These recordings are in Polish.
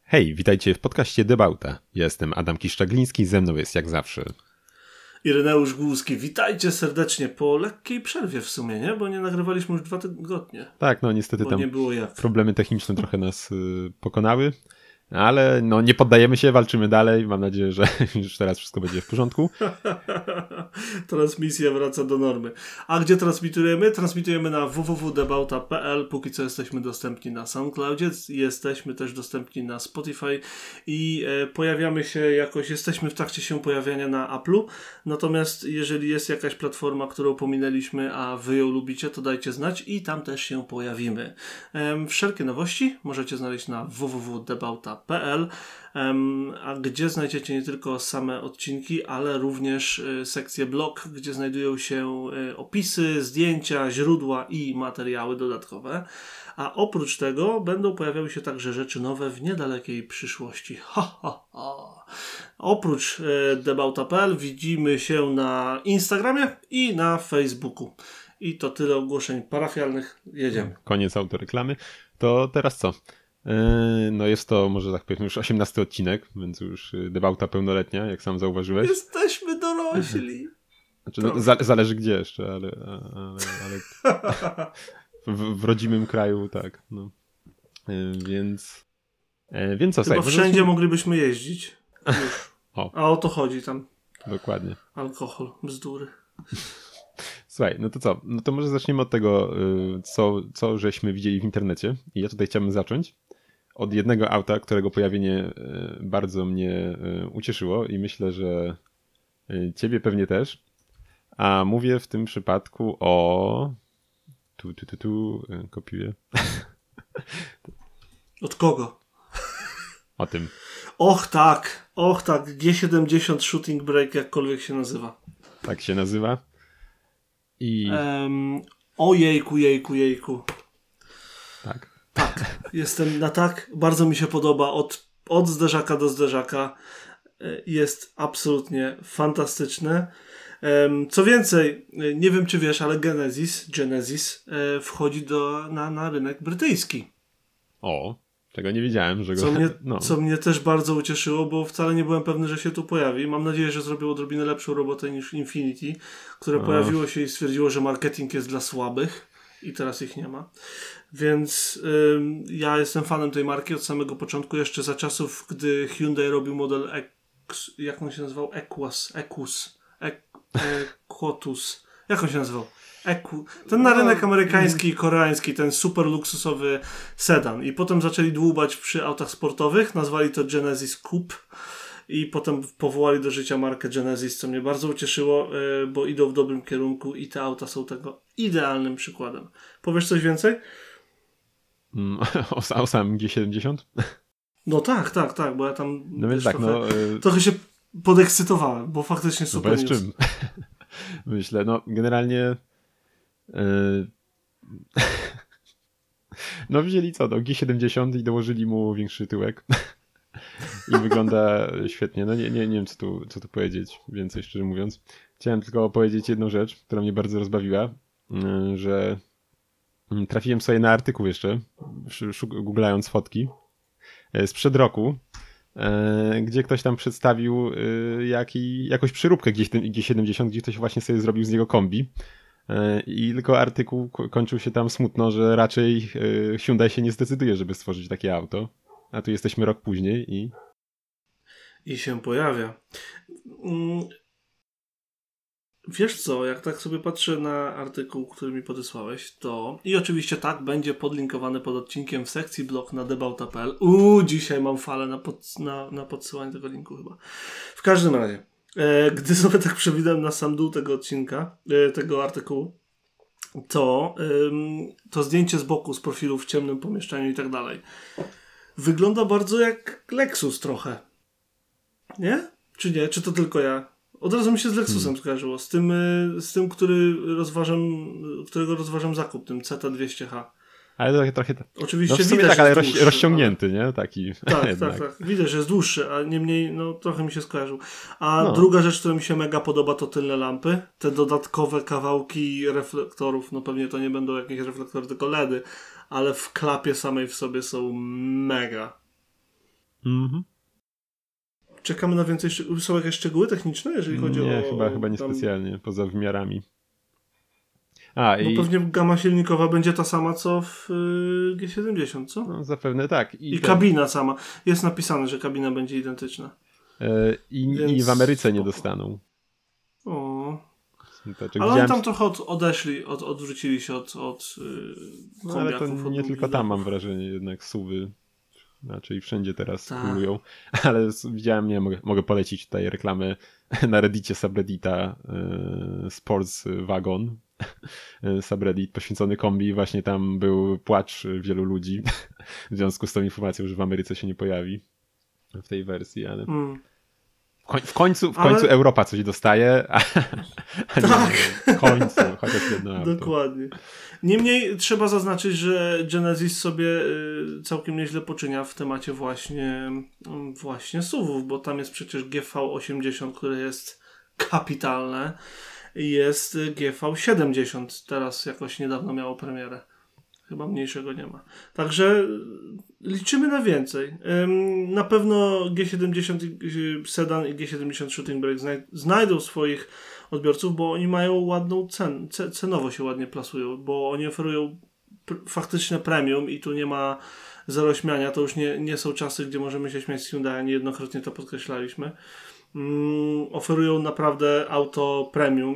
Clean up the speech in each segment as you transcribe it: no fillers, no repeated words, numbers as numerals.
Hej, witajcie w podcaście Debauta. Ja jestem Adam Kiszczagliński, ze mną jest jak zawsze Ireneusz Głuski. Witajcie serdecznie po lekkiej przerwie w sumie, nie? Bo nie nagrywaliśmy już 2 tygodnie. Tak, no niestety bo tam nie było jak. problemy techniczne trochę nas pokonały, ale no nie poddajemy się, walczymy dalej. Mam nadzieję, że już teraz wszystko będzie w porządku. Transmisja wraca do normy. A gdzie transmitujemy? Transmitujemy na www.debauta.pl. Póki co jesteśmy dostępni na SoundCloudzie, jesteśmy też dostępni na Spotify i pojawiamy się jakoś, jesteśmy w trakcie się pojawiania na Apple'u. Natomiast jeżeli jest jakaś platforma, którą pominęliśmy, a wy ją lubicie, to dajcie znać i tam też się pojawimy. Wszelkie nowości możecie znaleźć na www.debauta.pl, a gdzie znajdziecie nie tylko same odcinki, ale również sekcję blog, gdzie znajdują się opisy, zdjęcia, źródła i materiały dodatkowe. A oprócz tego będą pojawiały się także rzeczy nowe w niedalekiej przyszłości. Oprócz debauta.pl widzimy się na Instagramie i na Facebooku. I to tyle ogłoszeń parafialnych. Jedziemy. Koniec autoreklamy. To teraz co? No jest to, może tak powiem, już 18 odcinek, więc już debauta pełnoletnia, jak sam zauważyłeś. Jesteśmy dorośli. Znaczy, no, zależy gdzie jeszcze, ale w rodzimym kraju, tak. No. Więc co? Chyba wszędzie moglibyśmy jeździć. A o to chodzi tam. Dokładnie. Alkohol, bzdury. Słuchaj, no to co? No to może zaczniemy od tego, co żeśmy widzieli w internecie. I ja tutaj chciałbym zacząć od jednego auta, którego pojawienie bardzo mnie ucieszyło i myślę, że ciebie pewnie też. A mówię w tym przypadku o... kopiuję. Od kogo? O tym. Och tak, G70 Shooting Brake, jakkolwiek się nazywa. Tak się nazywa. I... O jejku. Tak. Jestem na tak, bardzo mi się podoba, od zderzaka do zderzaka. Jest absolutnie fantastyczne. Co więcej, nie wiem czy wiesz, ale Genesis wchodzi na rynek brytyjski. O, czego nie wiedziałem, że go... Co mnie też bardzo ucieszyło, bo wcale nie byłem pewny, że się tu pojawi. Mam nadzieję, że zrobił odrobinę lepszą robotę niż Infinity, które pojawiło się i stwierdziło, że marketing jest dla słabych i teraz ich nie ma. Więc ja jestem fanem tej marki od samego początku, jeszcze za czasów, gdy Hyundai robił model jak on się nazywał? Equus. Jak on się nazywał? Ten na rynek amerykański i koreański, ten super luksusowy sedan. I potem zaczęli dłubać przy autach sportowych, nazwali to Genesis Coupe i potem powołali do życia markę Genesis, co mnie bardzo ucieszyło, bo idą w dobrym kierunku i te auta są tego idealnym przykładem. Powiesz coś więcej? O samym G70? No tak, bo ja tam no więc tak, trochę się podekscytowałem, bo faktycznie super news. Czym? Myślę, generalnie wzięli G70 i dołożyli mu większy tyłek i wygląda świetnie. Nie wiem co tu powiedzieć więcej, szczerze mówiąc. Chciałem tylko powiedzieć jedną rzecz, która mnie bardzo rozbawiła, że trafiłem sobie na artykuł jeszcze, googlając fotki sprzed roku, gdzie ktoś tam przedstawił jakąś przyróbkę G70, gdzie ktoś właśnie sobie zrobił z niego kombi. I tylko artykuł kończył się tam smutno, że raczej Hyundai się nie zdecyduje, żeby stworzyć takie auto. A tu jesteśmy rok później i się pojawia. Wiesz co, jak tak sobie patrzę na artykuł, który mi podesłałeś, to i oczywiście tak, będzie podlinkowany pod odcinkiem w sekcji blog na debauta.pl. Dzisiaj mam falę na podsyłanie tego linku chyba. W każdym razie, gdy sobie tak przewidałem na sam dół tego odcinka, tego artykułu, to zdjęcie z boku, z profilu w ciemnym pomieszczeniu i tak dalej, wygląda bardzo jak Lexus trochę. Nie? Czy nie? Czy to tylko ja? Od razu mi się z Lexusem skojarzyło. Z tym, którego rozważam zakup, tym CT200H. Ale trochę... Oczywiście widać, tak, ale rozciągnięty, nie? Taki. Tak. Widać, że jest dłuższy, a niemniej trochę mi się skojarzył. A druga rzecz, która mi się mega podoba, to tylne lampy. Te dodatkowe kawałki reflektorów, pewnie to nie będą jakieś reflektory, tylko LEDy, ale w klapie samej w sobie są mega. Mhm. Czekamy na więcej. Są jakieś szczegóły techniczne, jeżeli chodzi nie, o. chyba niespecjalnie, poza wymiarami. Bo pewnie gama silnikowa będzie ta sama, co w G70, co? No, zapewne tak. I kabina sama. Jest napisane, że kabina będzie identyczna. I w Ameryce nie dostaną. O. Znaczy, ale oni tam trochę odeszli, odwrócili się od no, ale to nie tylko tam, mam wrażenie. wrażenie, jednak SUV-y raczej wszędzie teraz Tak. królują. Ale widziałem, nie mogę polecić tutaj reklamy na Reddicie subreddita Sports Wagon. Subreddit poświęcony kombi i właśnie tam był płacz wielu ludzi w związku z tą informacją, że w Ameryce się nie pojawi w tej wersji, ale w końcu Europa coś dostaje, a tak. nie, w końcu, chociaż jedno auto. Dokładnie. Niemniej trzeba zaznaczyć, że Genesis sobie całkiem nieźle poczynia w temacie właśnie SUV-ów, bo tam jest przecież GV80, które jest kapitalne. Jest GV70, teraz jakoś niedawno miało premierę. Chyba mniejszego nie ma. Także liczymy na więcej. Na pewno G70 Sedan i G70 Shooting Brake znajdą swoich odbiorców, bo oni mają ładną cenowo się ładnie plasują, bo oni oferują faktyczne premium i tu nie ma zero śmiania. To już nie są czasy, gdzie możemy się śmiać z Hyundai, niejednokrotnie to podkreślaliśmy. Oferują naprawdę auto premium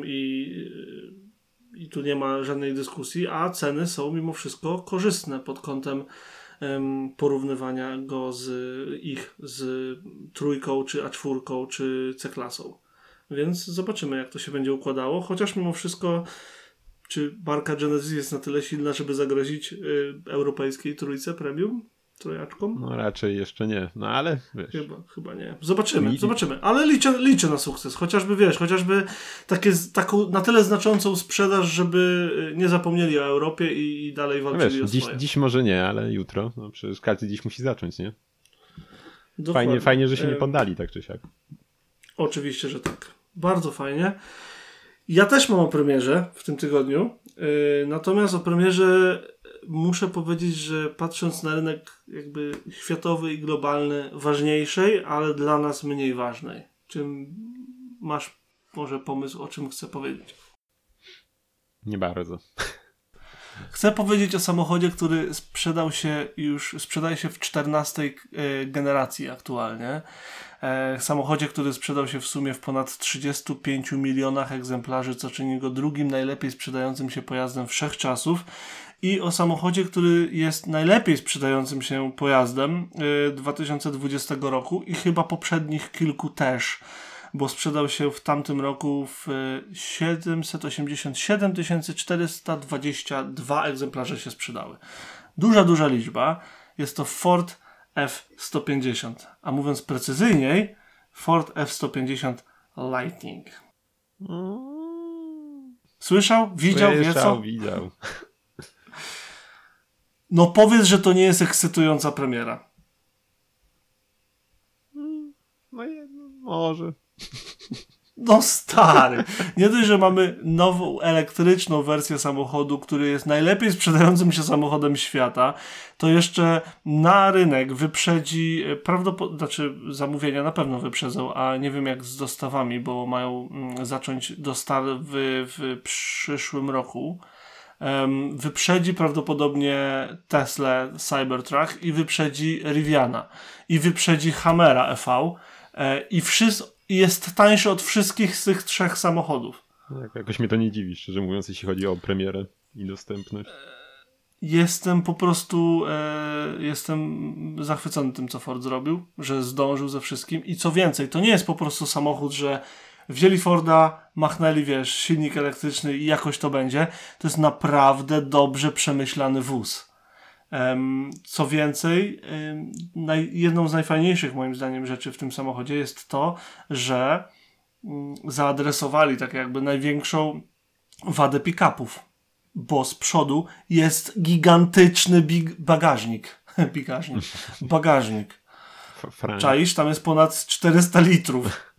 i tu nie ma żadnej dyskusji, a ceny są mimo wszystko korzystne pod kątem porównywania go z trójką, czy A4, czy C-klasą. Więc zobaczymy, jak to się będzie układało, chociaż mimo wszystko czy marka Genesis jest na tyle silna, żeby zagrozić europejskiej trójce premium? Trojaczką? No raczej jeszcze nie, no ale wiesz. Chyba nie. Zobaczymy. Ale liczę na sukces. Chociażby taką na tyle znaczącą sprzedaż, żeby nie zapomnieli o Europie i dalej walczyli o swoje. Dziś może nie, ale jutro. No przecież każdy dziś musi zacząć, nie? Dokładnie. Fajnie, że się nie poddali tak czy siak. Oczywiście, że tak. Bardzo fajnie. Ja też mam o premierze w tym tygodniu. Natomiast o premierze muszę powiedzieć, że patrząc na rynek jakby światowy i globalny, ważniejszej, ale dla nas mniej ważnej. Czym masz może pomysł, o czym chcę powiedzieć? Nie bardzo. Chcę powiedzieć o samochodzie, który sprzedaje się w 14 generacji aktualnie. Samochodzie, który sprzedał się w sumie w ponad 35 milionach egzemplarzy, co czyni go drugim najlepiej sprzedającym się pojazdem wszechczasów. I o samochodzie, który jest najlepiej sprzedającym się pojazdem 2020 roku i chyba poprzednich kilku też, bo sprzedał się w tamtym roku w 787 422 egzemplarze się sprzedały. Duża liczba. Jest to Ford F-150, a mówiąc precyzyjniej, Ford F-150 Lightning. Słyszał? Widział? Wie co? Widział. No powiedz, że to nie jest ekscytująca premiera. No może. No stary. Nie dość, że mamy nową elektryczną wersję samochodu, który jest najlepiej sprzedającym się samochodem świata, to jeszcze na rynek wyprzedzi zamówienia na pewno wyprzedzą, a nie wiem jak z dostawami, bo mają zacząć dostawy w przyszłym roku. Wyprzedzi prawdopodobnie Tesla Cybertruck i wyprzedzi Riviana i wyprzedzi Hammera EV i jest tańszy od wszystkich z tych trzech samochodów. Jakoś mnie to nie dziwi, szczerze mówiąc, jeśli chodzi o premierę i dostępność. Jestem po prostu zachwycony tym, co Ford zrobił, że zdążył ze wszystkim i co więcej, to nie jest po prostu samochód, że wzięli Forda, machnęli, silnik elektryczny i jakoś to będzie. To jest naprawdę dobrze przemyślany wóz. Co więcej, jedną z najfajniejszych moim zdaniem rzeczy w tym samochodzie jest to, że zaadresowali tak jakby największą wadę pick-upów, bo z przodu jest gigantyczny bagażnik. Bagażnik. Czaisz? Tam jest ponad 400 litrów.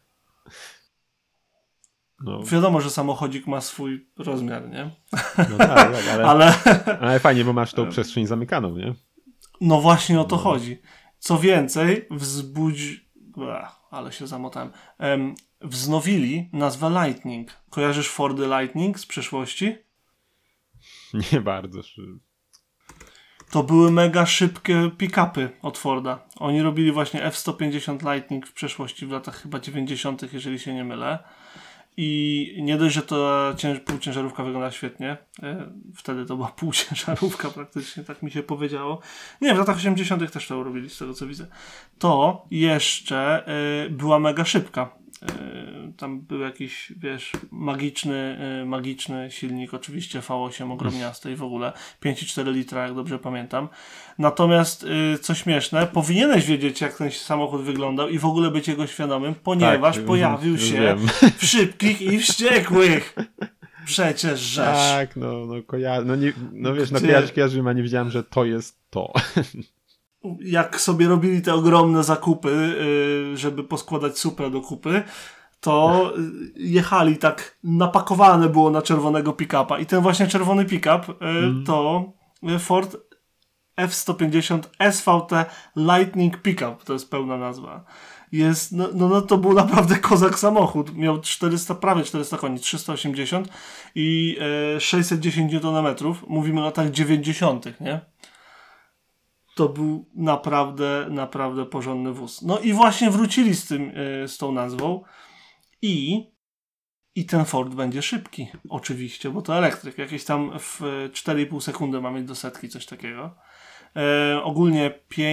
No. Wiadomo, że samochodzik ma swój rozmiar, nie? No tak, ale fajnie, bo masz tą przestrzeń zamykaną, nie? No właśnie o to chodzi. Co więcej, ale się zamotałem. Wznowili nazwę Lightning. Kojarzysz Fordy Lightning z przeszłości? Nie bardzo. To były mega szybkie pick-upy od Forda. Oni robili właśnie F-150 Lightning w przeszłości, w latach chyba 90., jeżeli się nie mylę. I nie dość, że to półciężarówka wygląda świetnie. Wtedy to była półciężarówka praktycznie, tak mi się powiedziało. Nie, w latach 80. też to robili, z tego co widzę. To jeszcze była mega szybka. Tam był jakiś, wiesz, magiczny silnik, oczywiście V8 ogromniasty i w ogóle 5,4 litra, jak dobrze pamiętam. Natomiast, co śmieszne, powinieneś wiedzieć, jak ten samochód wyglądał i w ogóle być jego świadomym, ponieważ pojawił się w Szybkich i Wściekłych. Przecież żeż. Tak, kojarzyłem, a nie wiedziałem, że to jest to. Jak sobie robili te ogromne zakupy, żeby poskładać Supra do kupy, to jechali tak, napakowane było na czerwonego pick-upa. I ten właśnie czerwony pick-up to Ford F-150 SVT Lightning Pickup, to jest pełna nazwa. To był naprawdę kozak samochód. Miał prawie 400 koni, 380 i 610 Nm. Mówimy o latach 90., nie? To był naprawdę porządny wóz. No i właśnie wrócili z tą nazwą i ten Ford będzie szybki. Oczywiście, bo to elektryk. Jakieś tam w 4,5 sekundy ma mieć do setki, coś takiego. Ogólnie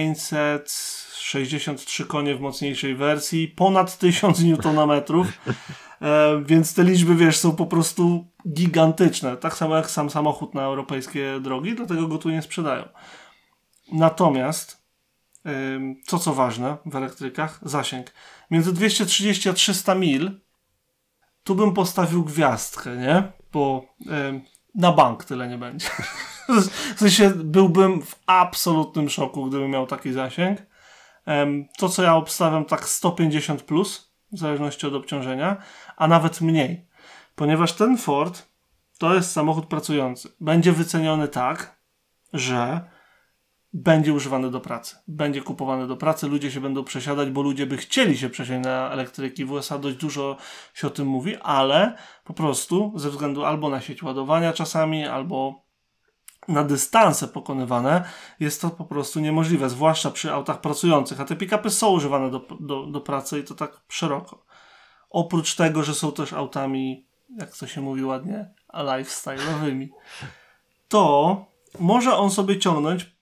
563 konie w mocniejszej wersji, ponad 1000 Nm. Więc te liczby, wiesz, są po prostu gigantyczne. Tak samo jak sam samochód na europejskie drogi, dlatego go tu nie sprzedają. Natomiast, co ważne w elektrykach, zasięg. Między 230 a 300 mil tu bym postawił gwiazdkę, nie? Bo na bank tyle nie będzie. W sensie byłbym w absolutnym szoku, gdybym miał taki zasięg. To, co ja obstawiam, tak 150 plus, w zależności od obciążenia, a nawet mniej. Ponieważ ten Ford to jest samochód pracujący. Będzie wyceniony tak, że będzie używany do pracy. Będzie kupowany do pracy, ludzie się będą przesiadać, bo ludzie by chcieli się przesiąść na elektryki. W USA dość dużo się o tym mówi, ale po prostu ze względu albo na sieć ładowania czasami, albo na dystanse pokonywane, jest to po prostu niemożliwe, zwłaszcza przy autach pracujących. A te pick-upy są używane do pracy i to tak szeroko. Oprócz tego, że są też autami, jak to się mówi ładnie, lifestyle'owymi. To może on sobie ciągnąć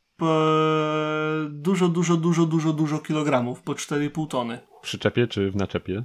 dużo kilogramów, po 4,5 tony. W przyczepie czy w naczepie?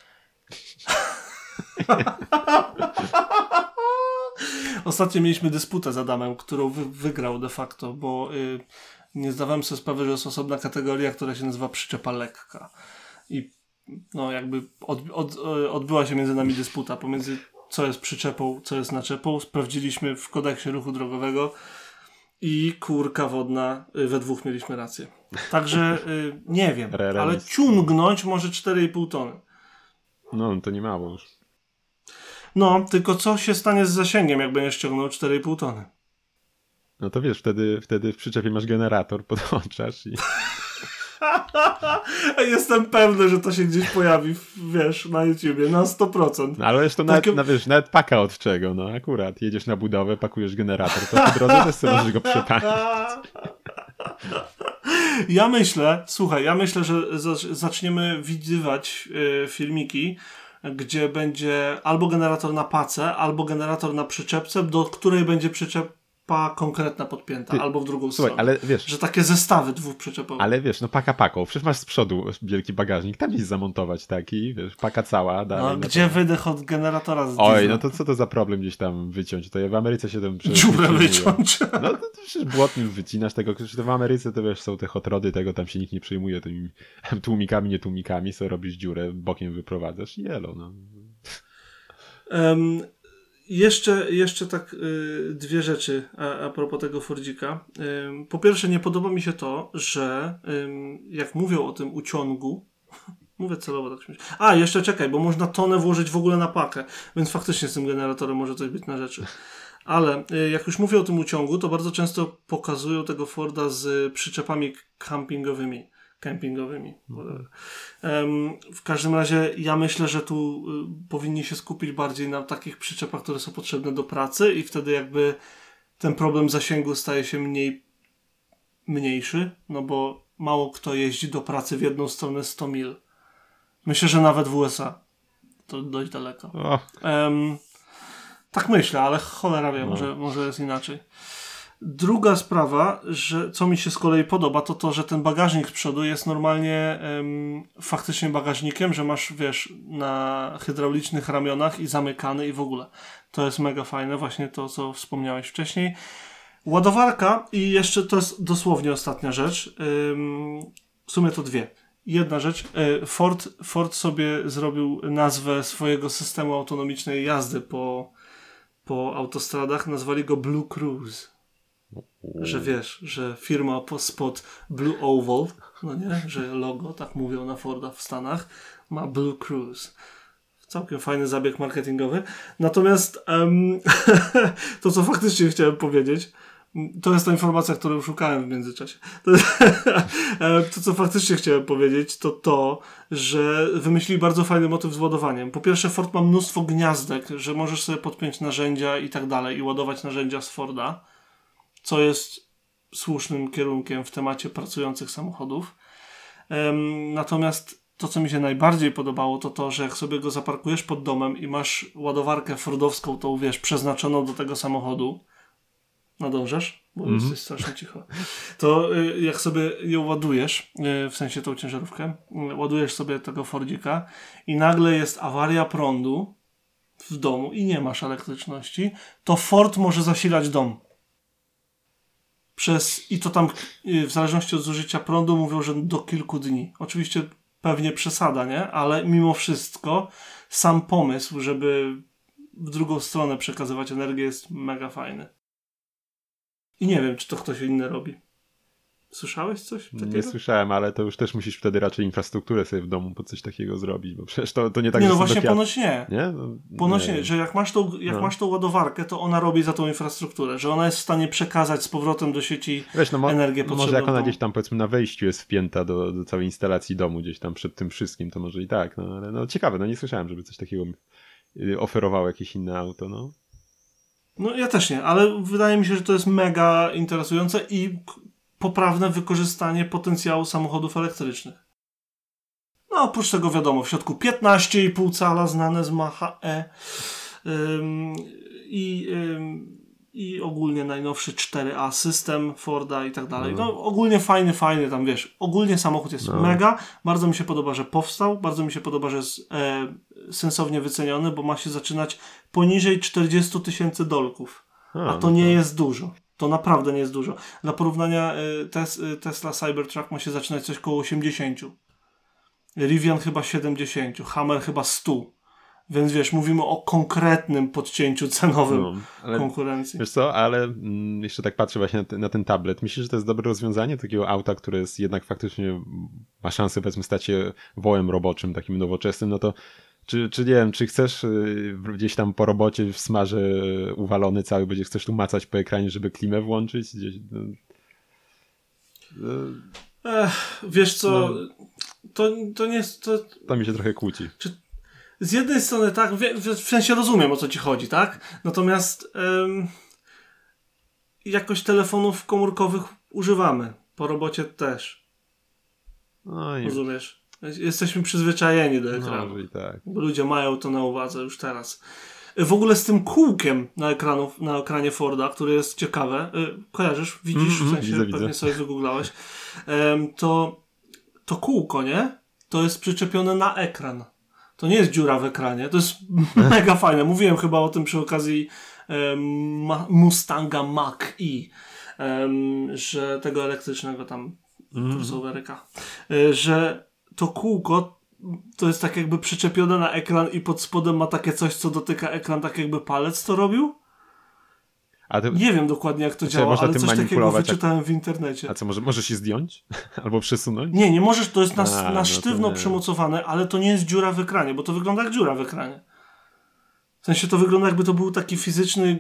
Ostatnio mieliśmy dysputę z Adamem, którą wygrał de facto, bo nie zdawałem sobie sprawy, że jest osobna kategoria, która się nazywa przyczepa lekka. I jakby odbyła się między nami dysputa pomiędzy co jest przyczepą, co jest naczepą. Sprawdziliśmy w kodeksie ruchu drogowego i kurka wodna, we dwóch mieliśmy rację. Także nie wiem, ale ciągnąć może 4,5 tony. No, to nie mało już. No, tylko co się stanie z zasięgiem, jak będziesz ciągnął 4,5 tony? No to wiesz, wtedy w przyczepie masz generator, podłączasz i... Jestem pewny, że to się gdzieś pojawi, wiesz, na YouTubie, na 100%. No, ale jest to nawet paka od czego, no akurat. Jedziesz na budowę, pakujesz generator, to po drodze też sobie możesz go przepalić. Ja myślę, że zaczniemy widywać filmiki, gdzie będzie albo generator na pace, albo generator na przyczepce, do której będzie przyczepa konkretna podpięta, albo w drugą stronę. Ale wiesz, że takie zestawy dwuprzyczepowe. Ale wiesz, paka paką, przecież masz z przodu wielki bagażnik, tam gdzieś zamontować taki, wiesz, paka cała. Dalej, gdzie wydech od generatora z Oj, no to co to za problem gdzieś tam wyciąć? To ja w Ameryce się tym dziurę wyciąć. No to przecież błotnik wycinasz tego, to w Ameryce to wiesz, są te hot rody, tego tam się nikt nie przejmuje tymi tłumikami, nie tłumikami, sobie robisz dziurę, bokiem wyprowadzasz i jelo, no. Jeszcze tak dwie rzeczy a propos tego Fordzika. Po pierwsze, nie podoba mi się to, że jak mówią o tym uciągu, mówię celowo tak śmiesznie. Jeszcze czekaj, bo można tonę włożyć w ogóle na pakę, więc faktycznie z tym generatorem może coś być na rzeczy. Ale jak już mówię o tym uciągu, to bardzo często pokazują tego Forda z przyczepami campingowymi. kempingowymi. W każdym razie ja myślę, że tu powinni się skupić bardziej na takich przyczepach, które są potrzebne do pracy i wtedy jakby ten problem zasięgu staje się mniejszy, no bo mało kto jeździ do pracy w jedną stronę 100 mil. Myślę, że nawet w USA to dość daleko. Tak myślę, ale cholera wie, może jest inaczej. Druga sprawa, że co mi się z kolei podoba, to to, że ten bagażnik z przodu jest normalnie faktycznie bagażnikiem, że masz, wiesz, na hydraulicznych ramionach i zamykany i w ogóle. To jest mega fajne, właśnie to, co wspomniałeś wcześniej. Ładowarka i jeszcze to jest dosłownie ostatnia rzecz. W sumie to dwie. Jedna rzecz, Ford sobie zrobił nazwę swojego systemu autonomicznej jazdy po autostradach, nazwali go Blue Cruise. Że wiesz, że firma spod Blue Oval, no nie, że logo, tak mówią na Forda w Stanach, ma Blue Cruise. Całkiem fajny zabieg marketingowy. Natomiast to, co faktycznie chciałem powiedzieć, to jest ta informacja, którą szukałem w międzyczasie. To, co faktycznie chciałem powiedzieć, to to, że wymyślili bardzo fajny motyw z ładowaniem. Po pierwsze, Ford ma mnóstwo gniazdek, że możesz sobie podpiąć narzędzia i tak dalej i ładować narzędzia z Forda, co jest słusznym kierunkiem w temacie pracujących samochodów. Natomiast to, co mi się najbardziej podobało, to to, że jak sobie go zaparkujesz pod domem i masz ładowarkę fordowską, tą wiesz, przeznaczoną do tego samochodu, nadążasz? Bo jesteś strasznie cicho. To jak sobie ją ładujesz, w sensie tą ciężarówkę, ładujesz sobie tego Fordzika i nagle jest awaria prądu w domu i nie masz elektryczności, to Ford może zasilać dom. I to tam w zależności od zużycia prądu mówią, że do kilku dni. Oczywiście pewnie przesada, nie? Ale mimo wszystko sam pomysł, żeby w drugą stronę przekazywać energię jest mega fajny. I nie wiem, czy to ktoś inny robi. Słyszałeś coś takiego? Nie słyszałem, ale to już też musisz wtedy raczej infrastrukturę sobie w domu po coś takiego zrobić, bo przecież to nie tak, nie, że no właśnie do ponoć nie. Nie? No, Ponoć nie. nie, że jak masz tą ładowarkę, to ona robi za tą infrastrukturę, że ona jest w stanie przekazać z powrotem do sieci energię potrzebną. Może jak ona gdzieś tam powiedzmy na wejściu jest wpięta do całej instalacji domu, gdzieś tam przed tym wszystkim, to może i tak, no ale no ciekawe, no nie słyszałem, żeby coś takiego oferowało jakieś inne auto, no. No ja też nie, ale wydaje mi się, że to jest mega interesujące i poprawne wykorzystanie potencjału samochodów elektrycznych. No oprócz tego wiadomo, w środku 15,5 cala znane z Macha E i ogólnie najnowszy 4A system Forda i tak dalej. No ogólnie fajny tam wiesz, ogólnie samochód jest mega, bardzo mi się podoba, że powstał, bardzo mi się podoba, że jest sensownie wyceniony, bo ma się zaczynać poniżej 40 000 dolków, a to nie jest dużo. To naprawdę nie jest dużo. Dla porównania Tesla Cybertruck ma się zaczynać coś koło 80. Rivian chyba 70. Hammer chyba 100. Więc wiesz, mówimy o konkretnym podcięciu cenowym konkurencji. Wiesz co, ale jeszcze tak patrzę właśnie na ten tablet. Myślisz, że to jest dobre rozwiązanie takiego auta, które jest jednak faktycznie ma szansę powiedzmy stać się wołem roboczym, takim nowoczesnym, no to czy nie wiem, czy chcesz gdzieś tam po robocie w smarze uwalony cały, chcesz tu macać po ekranie, żeby klimę włączyć? Gdzieś, wiesz co, to nie jest... To mi się trochę kłóci. Z jednej strony tak, w sensie rozumiem, o co ci chodzi, tak? Natomiast jakoś telefonów komórkowych używamy. Po robocie też. No i... Rozumiesz? Jesteśmy przyzwyczajeni do ekranu. No, i tak. Bo ludzie mają to na uwadze już teraz. W ogóle z tym kółkiem na ekranie Forda, które jest ciekawe. Kojarzysz? Widzisz? W sensie widzę. pewnie sobie wygooglałeś. To kółko, nie? To jest przyczepione na ekran. To nie jest dziura w ekranie. To jest mega fajne. Mówiłem chyba o tym przy okazji Mustanga Mach-E, że tego elektrycznego tam crossoveryka, że to kółko to jest tak jakby przyczepione na ekran i pod spodem ma takie coś, co dotyka ekran, tak jakby palec to robił. Nie wiem dokładnie jak to działa, ale coś takiego wyczytałem w internecie. A co, możesz je zdjąć? Albo przesunąć? Nie możesz, to jest na sztywno przymocowane, ale to nie jest dziura w ekranie, bo to wygląda jak dziura w ekranie. W sensie to wygląda jakby to był taki fizyczny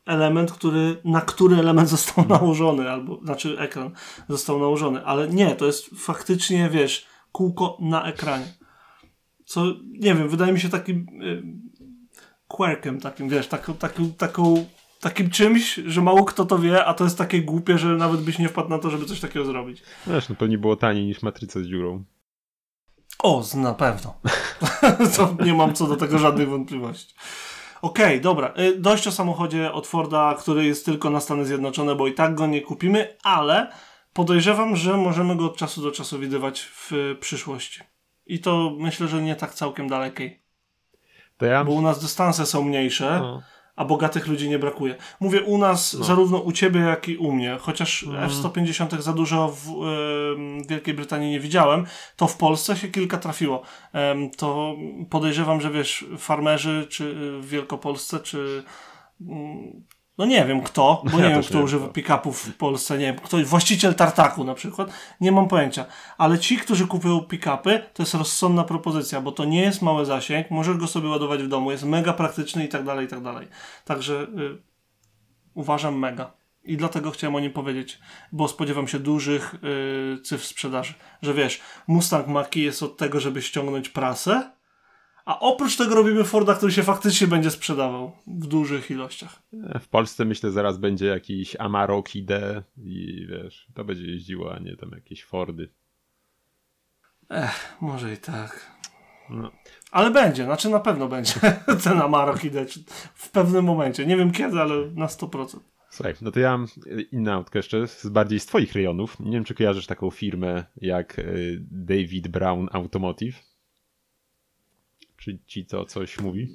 element, na który element został nałożony, albo, znaczy ekran został nałożony, ale nie, to jest faktycznie, wiesz, kółko na ekranie. Co, nie wiem, wydaje mi się takim quirkiem, takim, wiesz, takim czymś, że mało kto to wie, a to jest takie głupie, że nawet byś nie wpadł na to, żeby coś takiego zrobić. Wiesz, no pewnie było taniej niż matryca z dziurą. O, na pewno. To nie mam co do tego żadnych wątpliwości. Okej, dobra. Dość o samochodzie od Forda, który jest tylko na Stany Zjednoczone, bo i tak go nie kupimy, ale podejrzewam, że możemy go od czasu do czasu widywać w przyszłości. I to myślę, że nie tak całkiem dalekiej. To ja... Bo u nas dystanse są mniejsze, No. a bogatych ludzi nie brakuje. Mówię u nas, zarówno u ciebie, jak i u mnie, chociaż F-150 za dużo w Wielkiej Brytanii nie widziałem, to w Polsce się kilka trafiło. To podejrzewam, że wiesz, farmerzy, czy w Wielkopolsce, czy no nie wiem kto, bo nie wiem kto używa pick-upów w Polsce, nie wiem, ktoś, właściciel tartaku na przykład, nie mam pojęcia, ale ci, którzy kupują pick-upy, to jest rozsądna propozycja, bo to nie jest mały zasięg, możesz go sobie ładować w domu, jest mega praktyczny i tak dalej, i tak dalej. Także uważam mega. I dlatego chciałem o nim powiedzieć, bo spodziewam się dużych cyfr sprzedaży, że wiesz, Mustang Mach-E jest od tego, żeby ściągnąć prasę, a oprócz tego robimy Forda, który się faktycznie będzie sprzedawał w dużych ilościach. W Polsce myślę zaraz będzie jakiś Amarok ID i wiesz, to będzie jeździło, a nie tam jakieś Fordy. Może i tak. No. Ale będzie, znaczy na pewno będzie ten Amarok ID w pewnym momencie. Nie wiem kiedy, ale na 100%. Słuchaj, no to ja mam inną autkę jeszcze, bardziej z twoich rejonów. Nie wiem, czy kojarzysz taką firmę jak David Brown Automotive? Czy ci to coś mówi?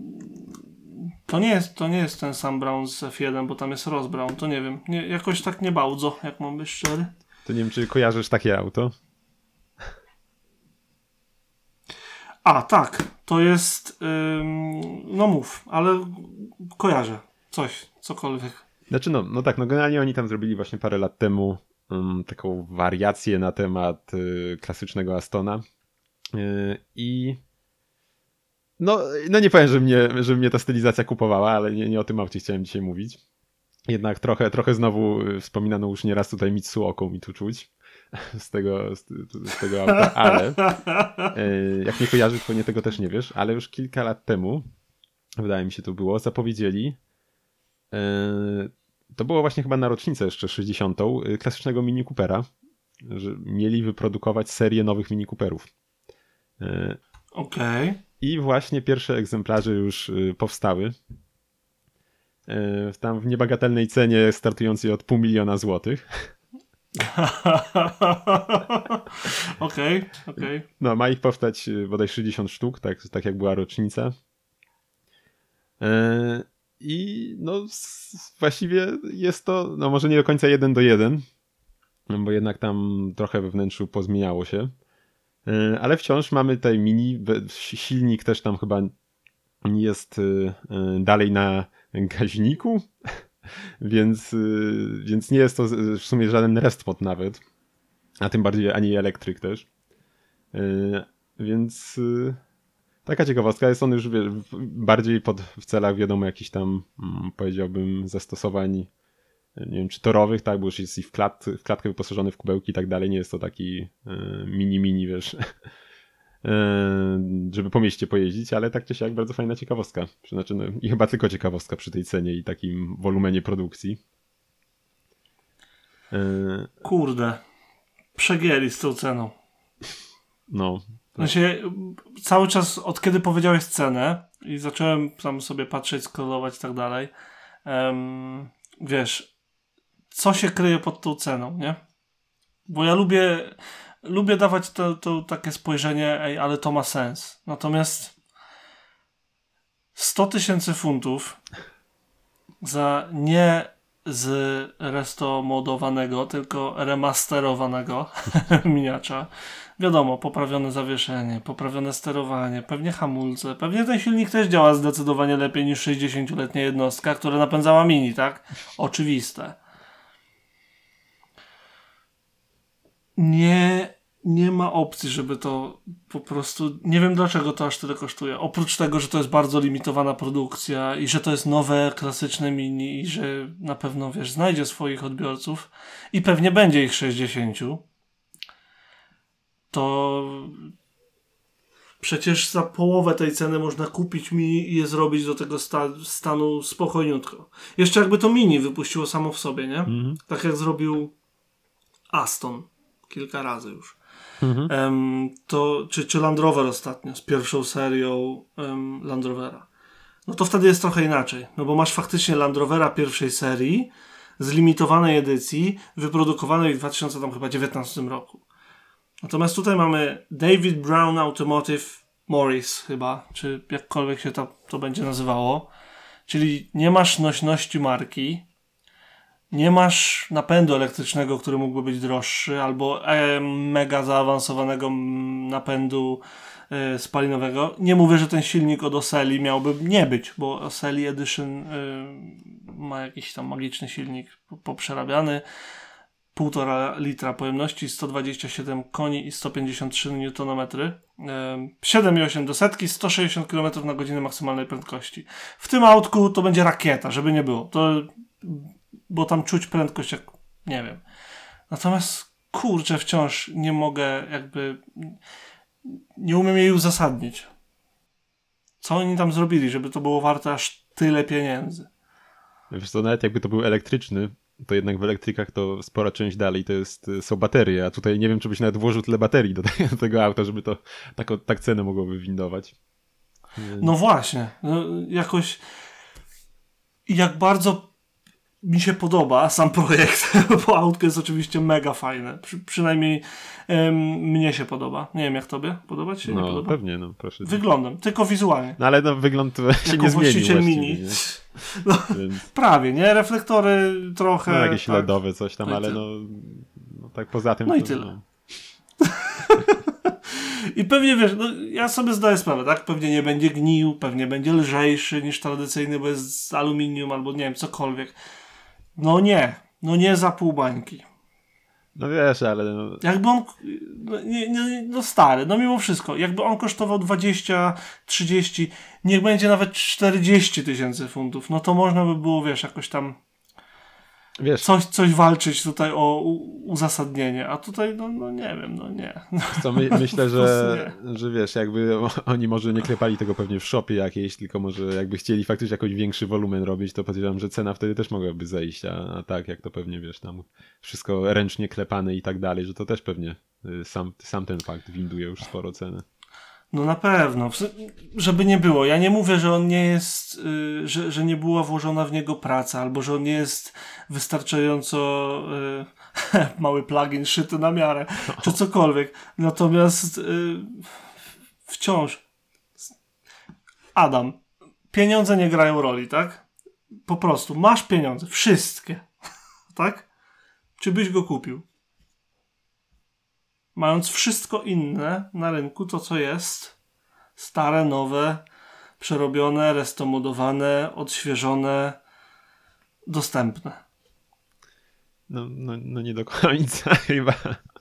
To nie jest ten sam Brown z F1, bo tam jest Ross Brown, to nie wiem. Nie, jakoś tak nie bardzo, jak mam być szczery. To nie wiem, czy kojarzysz takie auto? A, tak. To jest... no mów, ale kojarzę. Cokolwiek. Znaczy no tak, no generalnie oni tam zrobili właśnie parę lat temu taką wariację na temat klasycznego Astona i no nie powiem, że mnie ta stylizacja kupowała, ale nie o tym aucie chciałem dzisiaj mówić. Jednak trochę znowu wspominano już nieraz tutaj Mitsuoką mi tu czuć z tego auta, ale jak nie kojarzysz, pewnie tego też nie wiesz, ale już kilka lat temu, wydaje mi się to było, zapowiedzieli, to było właśnie chyba na rocznicę jeszcze 60. klasycznego Mini Coopera, że mieli wyprodukować serię nowych Mini Cooperów. Okej. I właśnie pierwsze egzemplarze już powstały. Tam w niebagatelnej cenie startującej od $500 000 złotych. Okej. No, ma ich powstać bodaj 60 sztuk, tak jak była rocznica. I no właściwie jest to, no może nie do końca 1:1, bo jednak tam trochę we wnętrzu pozmieniało się. Ale wciąż mamy tutaj mini, silnik też tam chyba jest dalej na gaźniku, więc nie jest to w sumie żaden restmod nawet, a tym bardziej ani elektryk też. Więc taka ciekawostka, jest on już bardziej w celach wiadomo jakichś tam powiedziałbym zastosowań, nie wiem czy torowych, tak, bo już jest i w klatkę wyposażony w kubełki i tak dalej, nie jest to taki mini, wiesz, żeby po mieście pojeździć, ale tak czy siak bardzo fajna ciekawostka. Znaczy, no, i chyba tylko ciekawostka przy tej cenie i takim wolumenie produkcji. Kurde. Przegięli z tą ceną. No. Znaczy, cały czas od kiedy powiedziałeś cenę i zacząłem tam sobie patrzeć, scrollować i tak dalej, wiesz, co się kryje pod tą ceną, nie? Bo ja lubię dawać to takie spojrzenie, ale to ma sens. Natomiast 100 000 funtów za nie zrestomodowanego, tylko remasterowanego miniacza. Wiadomo, poprawione zawieszenie, poprawione sterowanie, pewnie hamulce, pewnie ten silnik też działa zdecydowanie lepiej niż 60-letnia jednostka, która napędzała Mini, tak? Oczywiste. nie ma opcji, żeby to po prostu... Nie wiem dlaczego to aż tyle kosztuje. Oprócz tego, że to jest bardzo limitowana produkcja i że to jest nowe, klasyczne mini i że na pewno, wiesz, znajdzie swoich odbiorców i pewnie będzie ich 60, to przecież za połowę tej ceny można kupić mini i je zrobić do tego stanu spokojniutko. Jeszcze jakby to mini wypuściło samo w sobie, nie? Tak jak zrobił Aston kilka razy już. To, czy Land Rover ostatnio z pierwszą serią Land Rovera. No to wtedy jest trochę inaczej. No bo masz faktycznie Land Rovera pierwszej serii z limitowanej edycji wyprodukowanej w 2019 roku. Natomiast tutaj mamy David Brown Automotive Morris chyba, czy jakkolwiek się to będzie nazywało. Czyli nie masz nośności marki, nie masz napędu elektrycznego, który mógłby być droższy, albo mega zaawansowanego napędu spalinowego. Nie mówię, że ten silnik od Oseli miałby nie być, bo Oseli Edition ma jakiś tam magiczny silnik poprzerabiany. 1,5 litra pojemności, 127 koni i 153 Nm. 7,8 do setki, 160 km na godzinę maksymalnej prędkości. W tym autku to będzie rakieta, żeby nie było. Bo tam czuć prędkość jak... nie wiem. Natomiast kurczę, wciąż nie mogę nie umiem jej uzasadnić. Co oni tam zrobili, żeby to było warte aż tyle pieniędzy? Wiesz co, nawet jakby to był elektryczny, to jednak w elektrykach to spora część dalej są baterie, a tutaj nie wiem, czy byś nawet włożył tyle baterii do tego auta, żeby to tak cenę mogło wywindować. No właśnie. No, jakoś jak bardzo mi się podoba sam projekt, bo autko jest oczywiście mega fajne. Przynajmniej mnie się podoba. Nie wiem jak tobie. Podoba ci się? No nie podoba? pewnie, no proszę. Wyglądem, tylko wizualnie. No ale wygląd się jako nie zmienił właściciel mini. Nie? No, Więc... prawie, nie? Reflektory trochę... No jakieś tak. LEDowe coś tam, No ale no tak poza tym... No i tyle. No. I pewnie wiesz, no ja sobie zdaję sprawę, tak? Pewnie nie będzie gnił, pewnie będzie lżejszy niż tradycyjny, bo jest z aluminium albo nie wiem, cokolwiek. No nie za pół bańki. No wiesz, ale... No... Jakby on... No stary, no mimo wszystko. Jakby on kosztował 20, 30, niech będzie nawet 40 000 funtów, no to można by było, wiesz, jakoś tam... Wiesz, coś walczyć tutaj o uzasadnienie, a tutaj no nie wiem, no nie. Co myślę, że wiesz, jakby oni może nie klepali tego pewnie w shopie jakiejś, tylko może jakby chcieli faktycznie jakoś większy wolumen robić, to podejrzewam, że cena wtedy też mogłaby zejść, a tak jak to pewnie wiesz, tam wszystko ręcznie klepane i tak dalej, że to też pewnie sam ten fakt winduje już sporo cenę. No na pewno. Żeby nie było. Ja nie mówię, że on nie jest, że nie była włożona w niego praca, albo że on nie jest wystarczająco mały plugin szyty na miarę, czy cokolwiek. Natomiast wciąż Adam, pieniądze nie grają roli, tak? Po prostu. Masz pieniądze. Wszystkie. Tak? Czy byś go kupił? Mając wszystko inne na rynku, to co jest stare, nowe, przerobione, restomodowane, odświeżone, dostępne. No nie do końca chyba.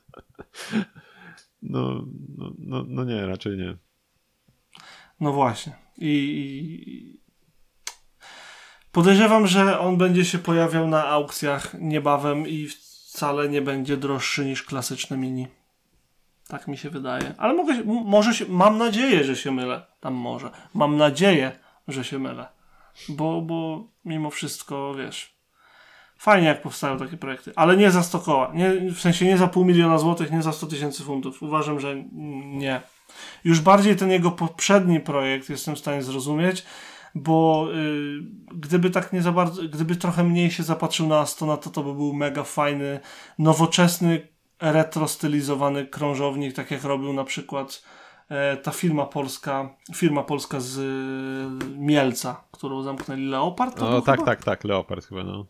No nie, raczej nie. No właśnie. I podejrzewam, że on będzie się pojawiał na aukcjach niebawem i wcale nie będzie droższy niż klasyczne mini. Tak mi się wydaje. Ale mam nadzieję, że się mylę. Mam nadzieję, że się mylę. Bo mimo wszystko, wiesz, fajnie jak powstają takie projekty. Ale nie za 100 koła. W sensie nie za 500 000 złotych, nie za 100 000 funtów. Uważam, że nie. Już bardziej ten jego poprzedni projekt jestem w stanie zrozumieć, bo gdyby tak nie za bardzo, gdyby trochę mniej się zapatrzył na Astona, to by był mega fajny, nowoczesny, retro stylizowany krążownik, tak jak robił na przykład ta firma polska z Mielca, którą zamknęli, Leopard? No tak, Leopard chyba, no.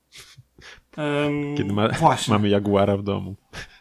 Kiedy mamy Jaguara w domu.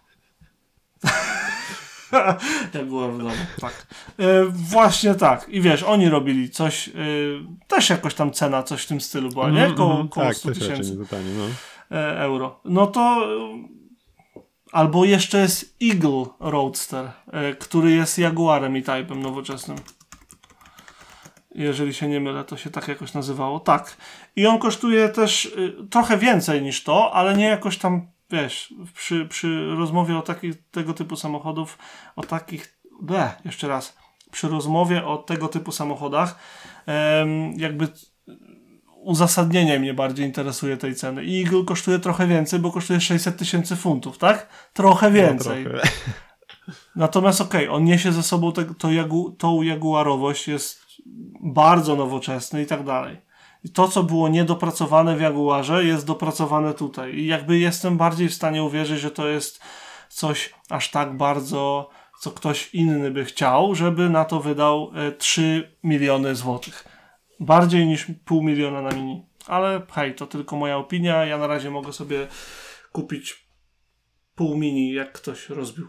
Jaguar w domu, tak. Właśnie tak. I wiesz, oni robili coś, też jakoś tam cena, coś w tym stylu była, nie? Koło tak, 100 000 no. euro. No to Albo jeszcze jest Eagle Roadster, który jest Jaguarem E-Type'em nowoczesnym. Jeżeli się nie mylę, to się tak jakoś nazywało. Tak. I on kosztuje też trochę więcej niż to, ale nie jakoś tam, wiesz, przy rozmowie o tego typu samochodów, jeszcze raz, przy rozmowie o tego typu samochodach, jakby uzasadnienie mnie bardziej interesuje tej ceny. Eagle kosztuje trochę więcej, bo kosztuje 600 000 funtów, tak? Trochę więcej. No, trochę. Natomiast on niesie ze sobą tą jaguarowość, jest bardzo nowoczesny i tak dalej. I to, co było niedopracowane w Jaguarze, jest dopracowane tutaj. I jakby jestem bardziej w stanie uwierzyć, że to jest coś aż tak bardzo, co ktoś inny by chciał, żeby na to wydał 3 miliony złotych. Bardziej niż 500 000 na Mini. Ale hej, to tylko moja opinia. Ja na razie mogę sobie kupić pół Mini, jak ktoś rozbił.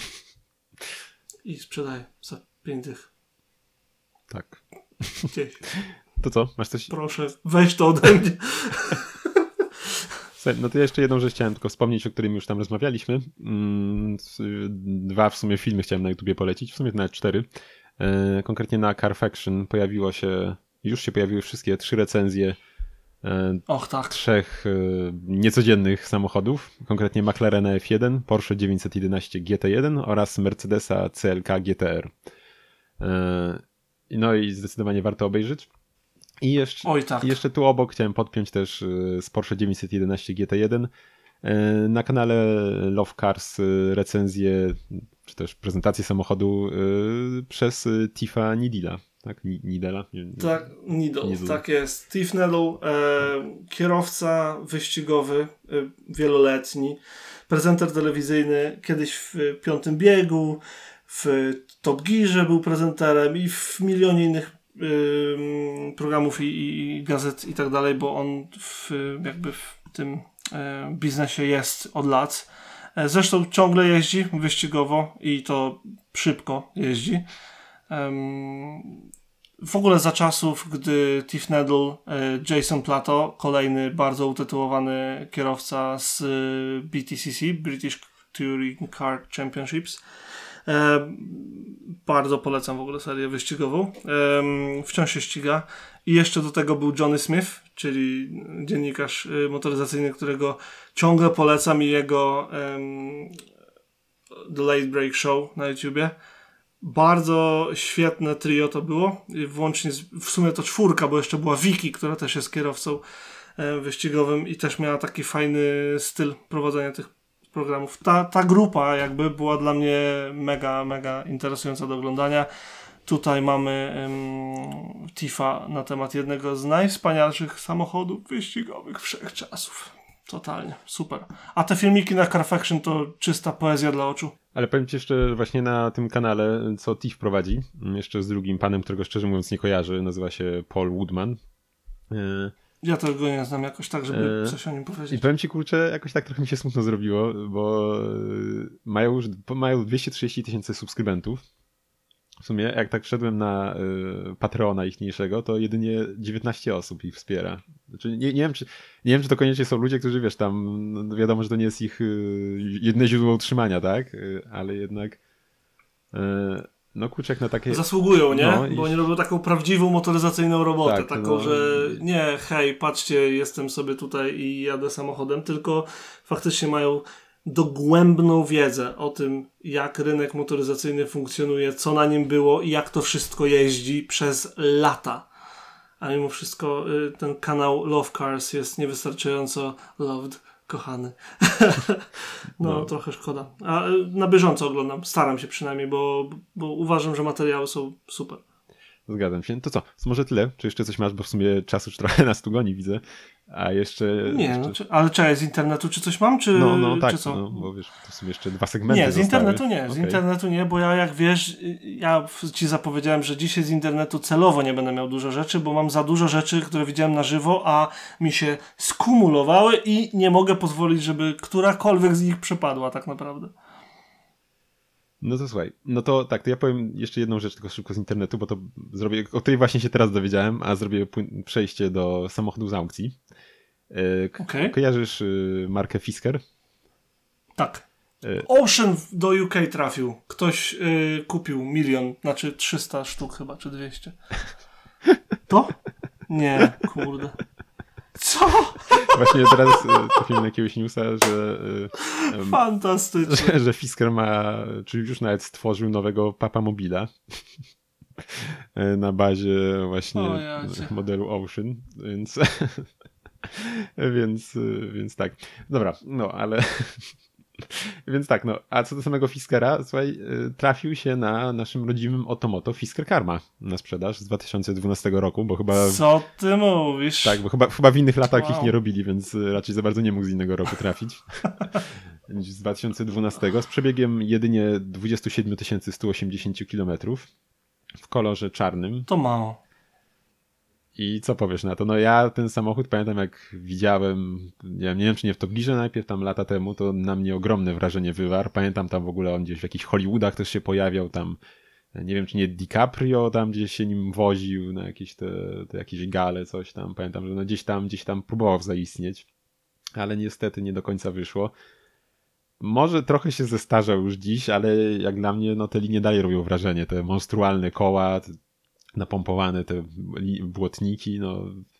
I sprzedaję za 5 dych. Tak. Gdzieś. To co? Masz coś? Proszę, weź to ode mnie. Słuchaj, no to jeszcze jedną rzecz chciałem tylko wspomnieć, o którym już tam rozmawialiśmy. 2 w sumie filmy chciałem na YouTubie polecić, w sumie nawet 4. Konkretnie na Carfaction już się pojawiły wszystkie 3 recenzje Och tak. 3 niecodziennych samochodów, konkretnie McLarena F1, Porsche 911 GT1 oraz Mercedesa CLK GTR. No i zdecydowanie warto obejrzeć. I jeszcze tu obok chciałem podpiąć też z Porsche 911 GT1. Na kanale Love Cars recenzję, czy też prezentację samochodu przez Tifa Needlela. Tak? Needlela? Tak, Needle, tak jest. Tiff Needle, kierowca wyścigowy, wieloletni, prezenter telewizyjny, kiedyś w Piątym Biegu, w Top Gearze był prezenterem i w milionie innych programów i gazet i tak dalej, bo on jakby w tym biznesie jest od lat. Zresztą ciągle jeździ wyścigowo i to szybko jeździ. W ogóle za czasów, gdy Tiff Needle, Jason Plato, kolejny bardzo utytułowany kierowca z BTCC, British Touring Car Championships, bardzo polecam w ogóle serię wyścigową, wciąż się ściga. I jeszcze do tego był Johnny Smith, czyli dziennikarz motoryzacyjny, którego ciągle polecam, i jego The Late Break Show na YouTubie. Bardzo świetne trio to było, włącznie w sumie to 4, bo jeszcze była Vicky, która też jest kierowcą wyścigowym i też miała taki fajny styl prowadzenia tych programów. Ta grupa jakby była dla mnie mega, mega interesująca do oglądania. Tutaj mamy Tifa na temat jednego z najwspanialszych samochodów wyścigowych wszechczasów. Totalnie, super. A te filmiki na Carfaction to czysta poezja dla oczu. Ale powiem ci jeszcze właśnie na tym kanale, co Tiff prowadzi, jeszcze z drugim panem, którego szczerze mówiąc nie kojarzy, nazywa się Paul Woodman. Ja też go nie znam jakoś tak, żeby coś o nim powiedzieć. I powiem ci, kurczę, jakoś tak trochę mi się smutno zrobiło, bo mają 230 000 subskrybentów. W sumie, jak tak wszedłem na Patreona ichniejszego, to jedynie 19 osób ich wspiera. Znaczy, nie wiem, czy to koniecznie są ludzie, którzy, wiesz, tam, no wiadomo, że to nie jest ich jedyne źródło utrzymania, tak? Ale jednak no kurczę, jak na takie... Zasługują, nie? No, bo oni robią taką prawdziwą motoryzacyjną robotę, tak, taką, że nie, hej, patrzcie, jestem sobie tutaj i jadę samochodem, tylko faktycznie mają dogłębną wiedzę o tym, jak rynek motoryzacyjny funkcjonuje, co na nim było i jak to wszystko jeździ przez lata. A mimo wszystko ten kanał Love Cars jest niewystarczająco loved, kochany. No, trochę szkoda. A na bieżąco oglądam, staram się przynajmniej, bo uważam, że materiały są super. Zgadzam się. To co? Może tyle? Czy jeszcze coś masz? Bo w sumie czasu już trochę nas tu goni, widzę. A jeszcze... Nie, jeszcze... No, ale czekaj, z internetu czy coś mam, czy... No tak, czy co? no, bo wiesz, to są jeszcze 2 segmenty Nie, z internetu zostały. nie, z internetu nie, bo ja jak wiesz, ja ci zapowiedziałem, że dzisiaj z internetu celowo nie będę miał dużo rzeczy, bo mam za dużo rzeczy, które widziałem na żywo, a mi się skumulowały i nie mogę pozwolić, żeby którakolwiek z nich przepadła tak naprawdę. No to słuchaj, no to tak, to ja powiem jeszcze jedną rzecz tylko szybko z internetu, bo to zrobię, o której właśnie się teraz dowiedziałem, a zrobię przejście do samochodu z aukcji. Okay. Kojarzysz markę Fisker? Tak. Ocean do UK trafił. Ktoś kupił 1 000 000, znaczy 300 sztuk chyba, czy 200. To? Nie, kurde. Co? Właśnie teraz trafiłem na jakiegoś newsa, że Fantastycznie. że Fisker ma, czyli już nawet stworzył nowego Papamobila na bazie właśnie modelu Ocean, więc więc tak. Dobra, no ale więc tak, no, a co do samego Fiskera, słuchaj, trafił się na naszym rodzimym Otomoto Fisker Karma na sprzedaż z 2012 roku, bo chyba... Co ty mówisz? Tak, bo chyba w innych latach ich nie robili, więc raczej za bardzo nie mógł z innego roku trafić. Z 2012 z przebiegiem jedynie 27 180 km w kolorze czarnym. To mało. I co powiesz na to? No ja ten samochód pamiętam, jak widziałem, nie wiem czy nie w Top Gearze najpierw, tam lata temu, to na mnie ogromne wrażenie wywarł. Pamiętam tam w ogóle on gdzieś w jakichś Hollywoodach też się pojawiał, tam nie wiem czy nie DiCaprio tam gdzieś się nim woził na jakieś te jakieś gale, coś tam. Pamiętam, że no gdzieś tam próbował zaistnieć, ale niestety nie do końca wyszło. Może trochę się zestarzał już dziś, ale jak dla mnie no te linie dalej robią wrażenie, te monstrualne koła, napompowane te błotniki, no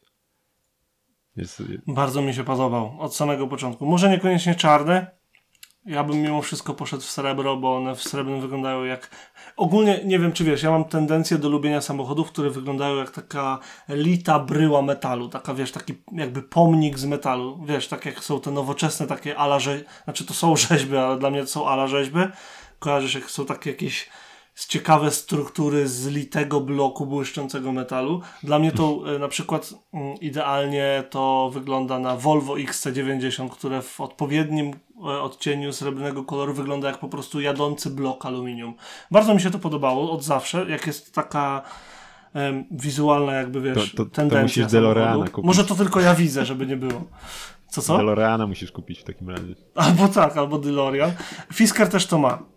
Bardzo mi się podobał od samego początku. Może niekoniecznie czarny. Ja bym mimo wszystko poszedł w srebro, bo one w srebrnym wyglądają jak... Ogólnie, nie wiem czy wiesz, ja mam tendencję do lubienia samochodów, które wyglądają jak taka lita bryła metalu. Taka, wiesz, taki jakby pomnik z metalu. Wiesz, tak jak są te nowoczesne takie ala rzeźby. Znaczy to są rzeźby, ale dla mnie to są ala rzeźby. Kojarzysz, jak są takie jakieś ciekawe struktury z litego bloku błyszczącego metalu. Dla mnie to na przykład idealnie to wygląda na Volvo XC90, które w odpowiednim odcieniu srebrnego koloru wygląda jak po prostu jadący blok aluminium. Bardzo mi się to podobało od zawsze, jak jest taka wizualna jakby, wiesz, tendencja. To musisz DeLoreana kupić. Może to tylko ja widzę, żeby nie było. Co? DeLoreana musisz kupić w takim razie. Albo tak, albo DeLorean. Fisker też to ma.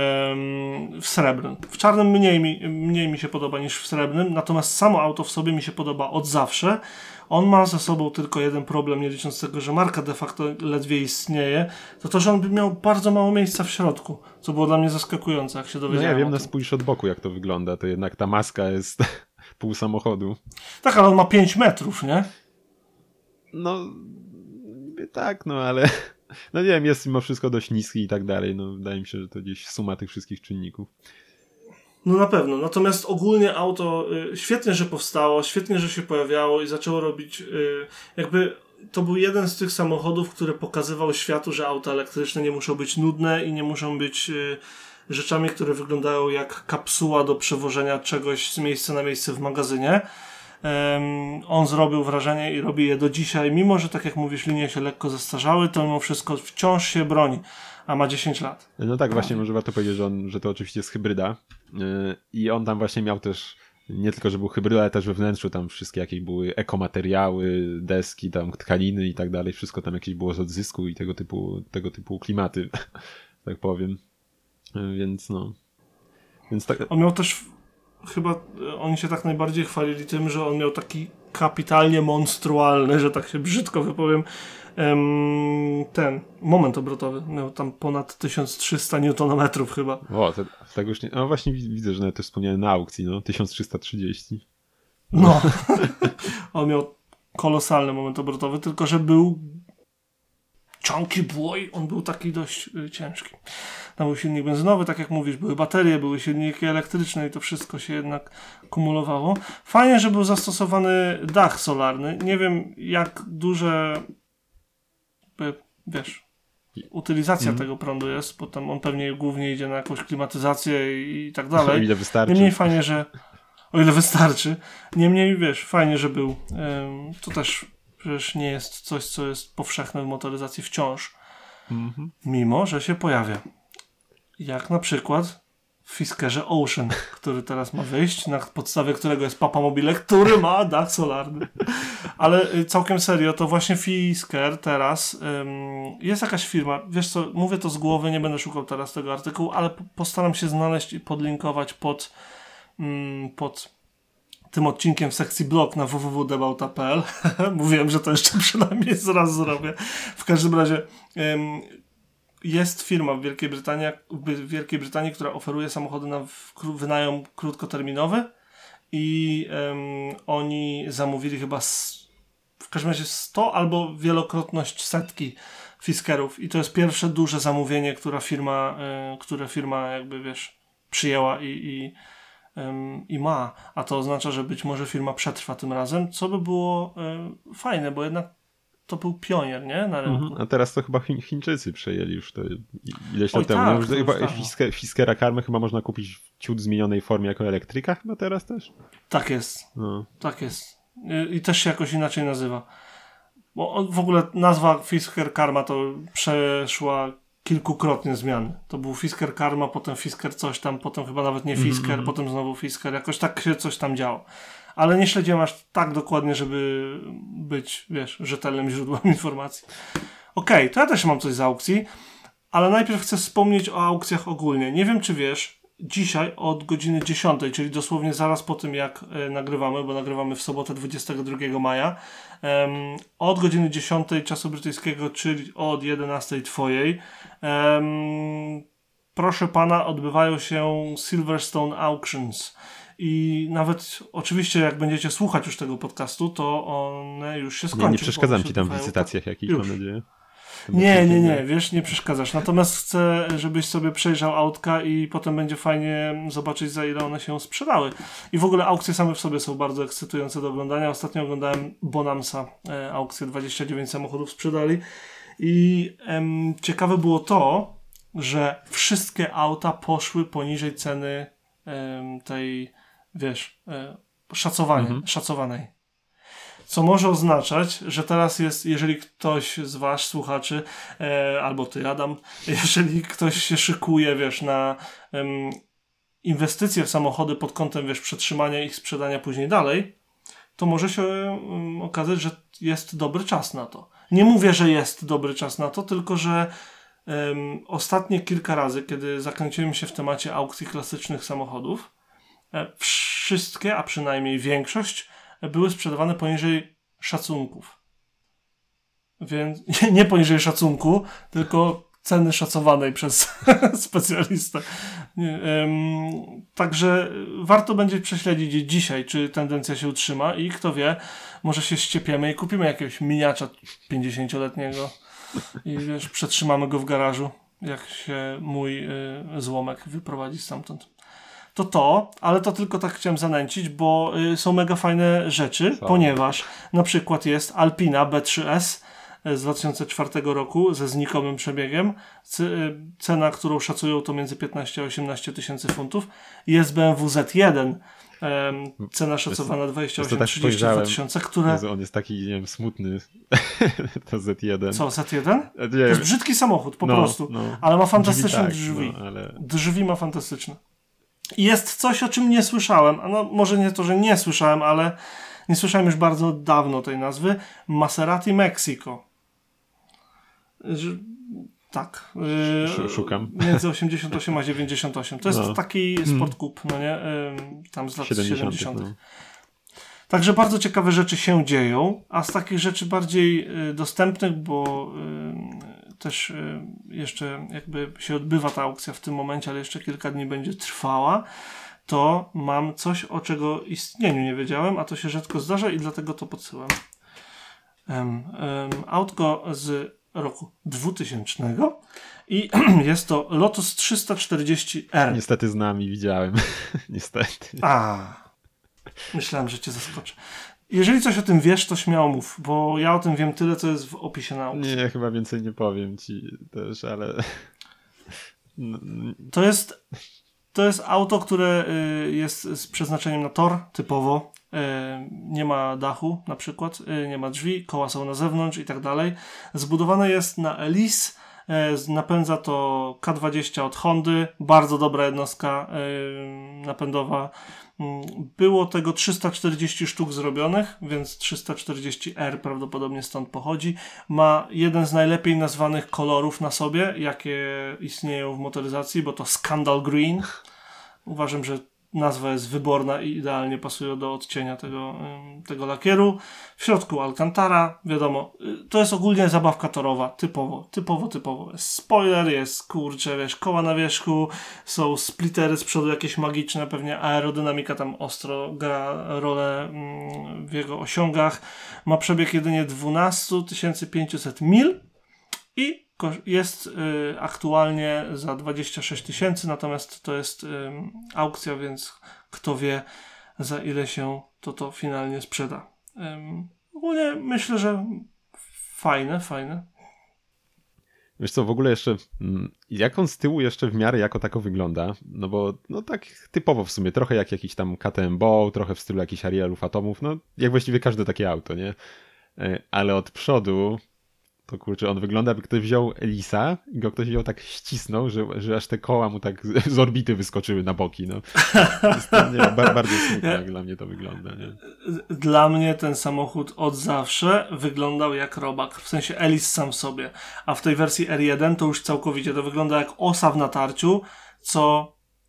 W srebrnym. W czarnym mniej mi się podoba niż w srebrnym, natomiast samo auto w sobie mi się podoba od zawsze. On ma ze sobą tylko jeden problem, nie licząc tego, że marka de facto ledwie istnieje, to, że on by miał bardzo mało miejsca w środku, co było dla mnie zaskakujące, jak się dowiedziałem. No ja wiem, no spójrz od boku jak to wygląda, to jednak ta maska jest pół samochodu. Tak, ale on ma 5 metrów, nie? No tak, no ale no nie wiem, jest mimo wszystko dość niski i tak dalej, no wydaje mi się, że to gdzieś suma tych wszystkich czynników. No na pewno, natomiast ogólnie auto świetnie, że powstało, świetnie, że się pojawiało i zaczęło robić jakby to był jeden z tych samochodów, który pokazywał światu, że auta elektryczne nie muszą być nudne i nie muszą być rzeczami, które wyglądają jak kapsuła do przewożenia czegoś z miejsca na miejsce w magazynie. On zrobił wrażenie i robi je do dzisiaj, mimo że tak jak mówisz, linie się lekko zestarzały, to mimo wszystko wciąż się broni, a ma 10 lat. No tak, właśnie może warto powiedzieć, że to oczywiście jest hybryda i on tam właśnie miał też, nie tylko, że był hybryda, ale też we wnętrzu tam wszystkie jakieś były ekomateriały, deski, tam tkaniny i tak dalej, wszystko tam jakieś było z odzysku i tego typu klimaty, tak powiem. Więc no. Więc tak... On miał też chyba oni się tak najbardziej chwalili tym, że on miał taki kapitalnie monstrualny, że tak się brzydko wypowiem, ten moment obrotowy. Miał tam ponad 1300 Nm chyba. O, tego już nie... No właśnie widzę, że nawet też wspomniałem na aukcji, no 1330. No. On miał kolosalny moment obrotowy, tylko że był chunky boy, on był taki dość ciężki. Tam był silnik benzynowy, tak jak mówisz, były baterie, były silniki elektryczne i to wszystko się jednak kumulowało. Fajnie, że był zastosowany dach solarny. Nie wiem, jak duże wiesz, utylizacja tego prądu jest, bo tam on pewnie głównie idzie na jakąś klimatyzację i tak dalej. O ile wystarczy. Niemniej fajnie, że o ile wystarczy. Niemniej, wiesz, fajnie, że był. To też przecież nie jest coś, co jest powszechne w motoryzacji wciąż. Mimo, że się pojawia. Jak na przykład w Fiskerze Ocean, który teraz ma wyjść, na podstawie którego jest Papamobile, który ma dach solarny. Ale całkiem serio, to właśnie Fisker teraz jest jakaś firma, wiesz co, mówię to z głowy, nie będę szukał teraz tego artykułu, ale postaram się znaleźć i podlinkować pod tym odcinkiem w sekcji blog na www.debauta.pl. Mówiłem, że to jeszcze przynajmniej raz zrobię. W każdym razie jest firma w Wielkiej Brytanii, która oferuje samochody na wynajem krótkoterminowy i oni zamówili chyba w każdym razie 100 albo wielokrotność setki Fiskerów i to jest pierwsze duże zamówienie, które firma jakby wiesz przyjęła i ma, a to oznacza, że być może firma przetrwa tym razem, co by było fajne, bo jednak to był pionier, nie? Na rynku. A teraz to chyba Chińczycy przejęli już to ileś lat temu. Tak, No już to chyba już dawno. Fiskera Karmę chyba można kupić w ciut zmienionej formie jako elektryka chyba teraz też? Tak jest. No. Tak jest. I też się jakoś inaczej nazywa. Bo w ogóle nazwa Fisker Karma to przeszła kilkukrotnie zmiany. To był Fisker Karma, potem Fisker coś tam, potem chyba nawet nie Fisker, potem znowu Fisker. Jakoś tak się coś tam działo. Ale nie śledziłem aż tak dokładnie, żeby być, wiesz, rzetelnym źródłem informacji. Okej, to ja też mam coś z aukcji, ale najpierw chcę wspomnieć o aukcjach ogólnie. Nie wiem, czy wiesz, dzisiaj od godziny 10, czyli dosłownie zaraz po tym, jak nagrywamy, bo nagrywamy w sobotę 22 maja, od godziny 10 czasu brytyjskiego, czyli od 11 twojej, proszę pana, odbywają się Silverstone Auctions. I nawet oczywiście jak będziecie słuchać już tego podcastu, to one już się skończą. Nie przeszkadzam bo ci tam w się licytacjach jakichś, już. mam nadzieję. Nie, wiesz, nie przeszkadzasz. Natomiast chcę, żebyś sobie przejrzał autka i potem będzie fajnie zobaczyć, za ile one się sprzedały. I w ogóle aukcje same w sobie są bardzo ekscytujące do oglądania. Ostatnio oglądałem Bonamsa, aukcję 29 samochodów sprzedali i ciekawe było to, że wszystkie auta poszły poniżej ceny tej, wiesz, szacowanej. Co może oznaczać, że teraz jest, jeżeli ktoś z was, słuchaczy, albo ty, Adam, jeżeli ktoś się szykuje, wiesz, na inwestycje w samochody pod kątem, wiesz, przetrzymania ich, sprzedania później dalej, to może się okazać, że jest dobry czas na to. Nie mówię, że jest dobry czas na to, tylko że ostatnie kilka razy, kiedy zakręciłem się w temacie aukcji klasycznych samochodów, wszystkie, a przynajmniej większość, były sprzedawane poniżej szacunków. Więc nie poniżej szacunku, tylko ceny szacowanej przez specjalistę. Także warto będzie prześledzić dzisiaj, czy tendencja się utrzyma i kto wie, może się ściepiemy i kupimy jakiegoś miniacza 50-letniego i wiesz, przetrzymamy go w garażu, jak się mój złomek wyprowadzi stamtąd. Ale to tylko tak chciałem zanęcić, bo są mega fajne rzeczy, ponieważ na przykład jest Alpina B3S z 2004 roku ze znikomym przebiegiem. Cena, którą szacują, to między 15 a 18 tysięcy funtów. Jest BMW Z1, cena szacowana 28-32 tysiące, które... Jezu, on jest taki, nie wiem, smutny. To Z1. Co, Z1? To jest brzydki samochód, po prostu. Ale ma fantastyczne drzwi. Drzwi ma fantastyczne. I jest coś, o czym nie słyszałem. No, może nie to, że nie słyszałem, ale nie słyszałem już bardzo dawno tej nazwy. Maserati Mexico. Tak. Szukam. Między 88 a 98. To jest taki sport coupe, no nie? Tam z lat 70. No. Także bardzo ciekawe rzeczy się dzieją, a z takich rzeczy bardziej dostępnych, bo też jeszcze jakby się odbywa ta aukcja w tym momencie, ale jeszcze kilka dni będzie trwała, to mam coś, o czego istnieniu nie wiedziałem, a to się rzadko zdarza i dlatego to podsyłam. Autko z roku 2000 i jest to Lotus 340R. Niestety z nami widziałem. Niestety. Myślałem, że cię zaskoczę. Jeżeli coś o tym wiesz, to śmiało mów, bo ja o tym wiem tyle, co jest w opisie na aukcji. Nie, chyba więcej nie powiem ci też, ale... To jest auto, które jest z przeznaczeniem na tor, typowo. Nie ma dachu na przykład, nie ma drzwi, koła są na zewnątrz i tak dalej. Zbudowane jest na Elise, napędza to K20 od Hondy, bardzo dobra jednostka napędowa. Było tego 340 sztuk zrobionych, więc 340R prawdopodobnie stąd pochodzi. Ma jeden z najlepiej nazwanych kolorów na sobie, jakie istnieją w motoryzacji, bo to Scandal Green. Uważam, że nazwa jest wyborna i idealnie pasuje do odcienia tego lakieru. W środku Alcantara, wiadomo, to jest ogólnie zabawka torowa, typowo. Jest spoiler, jest, kurczę, wiesz, koła na wierzchu, są splittery z przodu jakieś magiczne, pewnie aerodynamika tam ostro gra rolę w jego osiągach. Ma przebieg jedynie 12 500 mil i jest aktualnie za 26 000, natomiast to jest aukcja, więc kto wie, za ile się to finalnie sprzeda. Ogólnie myślę, że fajne. Wiesz co, w ogóle jeszcze jak on z tyłu jeszcze w miarę jako tako wygląda, no bo no tak typowo w sumie, trochę jak jakiś tam KTM Bow, trochę w stylu jakichś Arielów Atomów, no jak właściwie każde takie auto, nie? Ale od przodu to kurczę, on wygląda, jakby ktoś wziął Elisa i go ktoś wziął tak ścisnął, że aż te koła mu tak z orbity wyskoczyły na boki, no. Bardzo smutno jak dla mnie to wygląda, nie? Dla mnie ten samochód od zawsze wyglądał jak robak, w sensie Elis sam w sobie, a w tej wersji R1 to już całkowicie, to wygląda jak osa w natarciu, co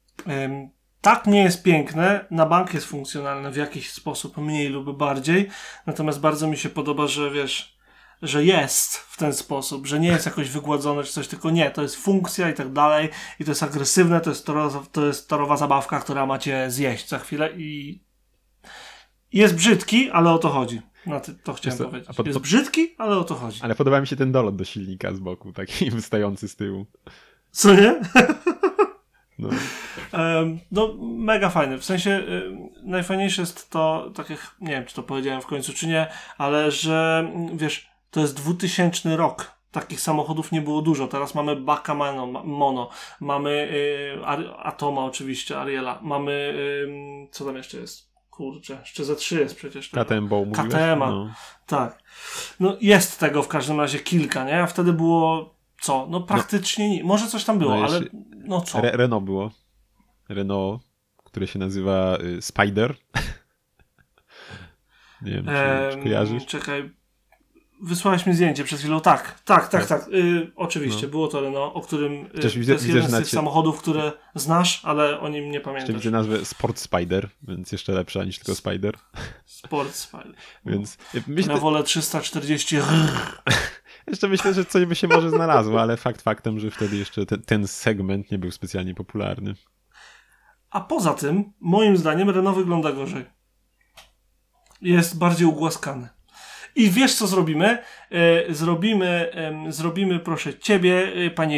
tak nie jest piękne, na bank jest funkcjonalne w jakiś sposób, mniej lub bardziej, natomiast bardzo mi się podoba, że wiesz, że jest w ten sposób, że nie jest jakoś wygładzone czy coś, tylko nie, to jest funkcja i tak dalej i to jest agresywne, to jest torowa zabawka, która macie zjeść za chwilę i jest brzydki, ale o to chodzi. To chciałem powiedzieć. Jest brzydki, ale o to chodzi. Ale podoba mi się ten dolot do silnika z boku, taki wystający z tyłu. Co nie? No. No, mega fajny. W sensie najfajniejsze jest to, tak jak, nie wiem, czy to powiedziałem w końcu, czy nie, ale że, wiesz, to jest 2000 rok. Takich samochodów nie było dużo. Teraz mamy Baka Mono, mamy Atoma oczywiście, Ariela, mamy, co tam jeszcze jest? Kurczę, jeszcze Z3 jest przecież. KTM Bow mówiłeś? KTM-a, no. Tak. No jest tego w każdym razie kilka, nie? A wtedy było co? No praktycznie może coś tam było, ale no co? Renault było. Renault, które się nazywa Spider. Nie wiem, czy kojarzysz? Czekaj. Wysłałeś mi zdjęcie przed chwilą. Tak. Oczywiście, było to Renault, o którym to jest jeden z tych samochodów, które znasz, ale o nim nie pamiętasz. Jeszcze widzę nazwę Sport Spider, więc jeszcze lepsza niż tylko Spider. Sport Spider. Więc ja wolę 340. Jeszcze myślę, że coś by się może znalazło, ale fakt faktem, że wtedy jeszcze ten segment nie był specjalnie popularny. A poza tym, moim zdaniem, Renault wygląda gorzej. Jest bardziej ugłaskany. I wiesz, co zrobimy? Zrobimy, proszę ciebie,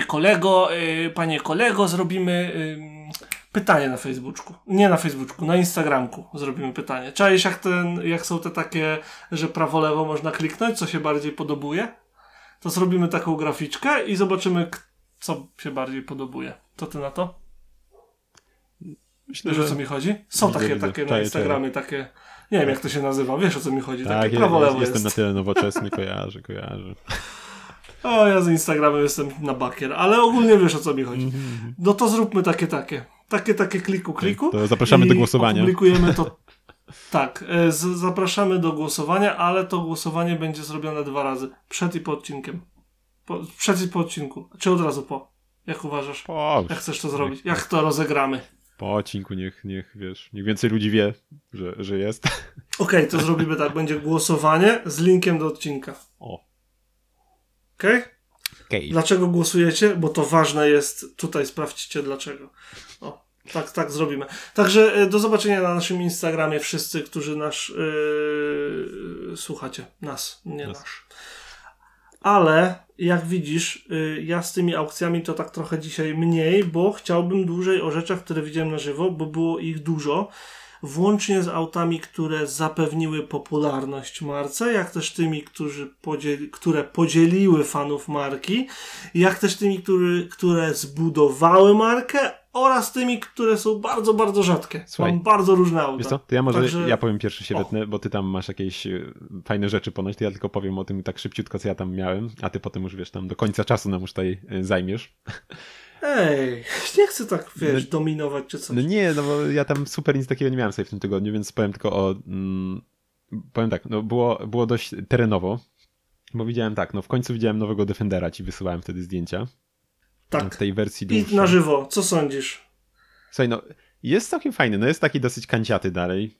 panie kolego, zrobimy pytanie na Facebooku. Nie na Facebooku, na Instagramku zrobimy pytanie. Czaisz, jak są te takie, że prawo-lewo można kliknąć, co się bardziej podobuje? To zrobimy taką graficzkę i zobaczymy, co się bardziej podobuje. Co ty na to? Myślę, wiesz, o co mi chodzi? Są takie na Instagramie, takie... Nie wiem, jak to się nazywa. Wiesz, o co mi chodzi? Tak, takie prawo-lewo jestem na tyle nowoczesny, kojarzę. O, ja z Instagramem jestem na bakier, ale ogólnie wiesz, o co mi chodzi. No to zróbmy takie kliku. To zapraszamy do głosowania. Opublikujemy to. Tak, zapraszamy do głosowania, ale to głosowanie będzie zrobione 2 razy. Przed i po odcinkiem. Przed i po odcinku. Czy od razu po? Jak uważasz? Jak chcesz to zrobić? Jak to rozegramy? Po odcinku niech więcej ludzi wie, że jest. Okej, to zrobimy tak. Będzie głosowanie z linkiem do odcinka. Okej? Dlaczego głosujecie? Bo to ważne jest. Tutaj sprawdźcie dlaczego. Tak zrobimy. Także do zobaczenia na naszym Instagramie wszyscy, którzy słuchacie. Nie nasz. Ale jak widzisz, ja z tymi aukcjami to tak trochę dzisiaj mniej, bo chciałbym dłużej o rzeczach, które widziałem na żywo, bo było ich dużo. Włącznie z autami, które zapewniły popularność marce, jak też tymi, które podzieliły fanów marki, jak też tymi, które zbudowały markę oraz tymi, które są bardzo, bardzo rzadkie. Słuchaj, mam bardzo różne auta. Wiesz co, to ja powiem pierwszy się wetnę, bo ty tam masz jakieś fajne rzeczy ponoć, to ja tylko powiem o tym tak szybciutko, co ja tam miałem, a ty potem już wiesz, tam do końca czasu nam już tutaj zajmiesz. Ej, nie chcę tak, dominować czy coś. No nie, no bo ja tam super nic takiego nie miałem sobie w tym tygodniu, więc powiem tylko powiem tak, no było dość terenowo, bo widziałem tak, no w końcu widziałem nowego Defendera, ci wysyłałem wtedy zdjęcia. Tak. W tej wersji dłuższej. I na żywo, co sądzisz? Słuchaj, no Jest całkiem fajny, no jest taki dosyć kanciaty dalej,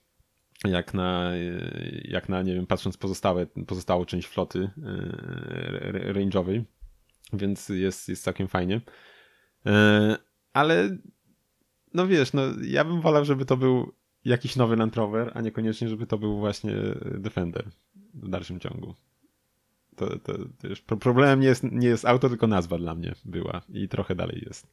jak na nie wiem, patrząc pozostałą część floty range'owej, więc jest całkiem fajnie. Ale no wiesz, no ja bym wolał, żeby to był jakiś nowy Land Rover, a niekoniecznie, żeby to był właśnie Defender w dalszym ciągu. To już problemem nie jest auto, tylko nazwa dla mnie była i trochę dalej jest.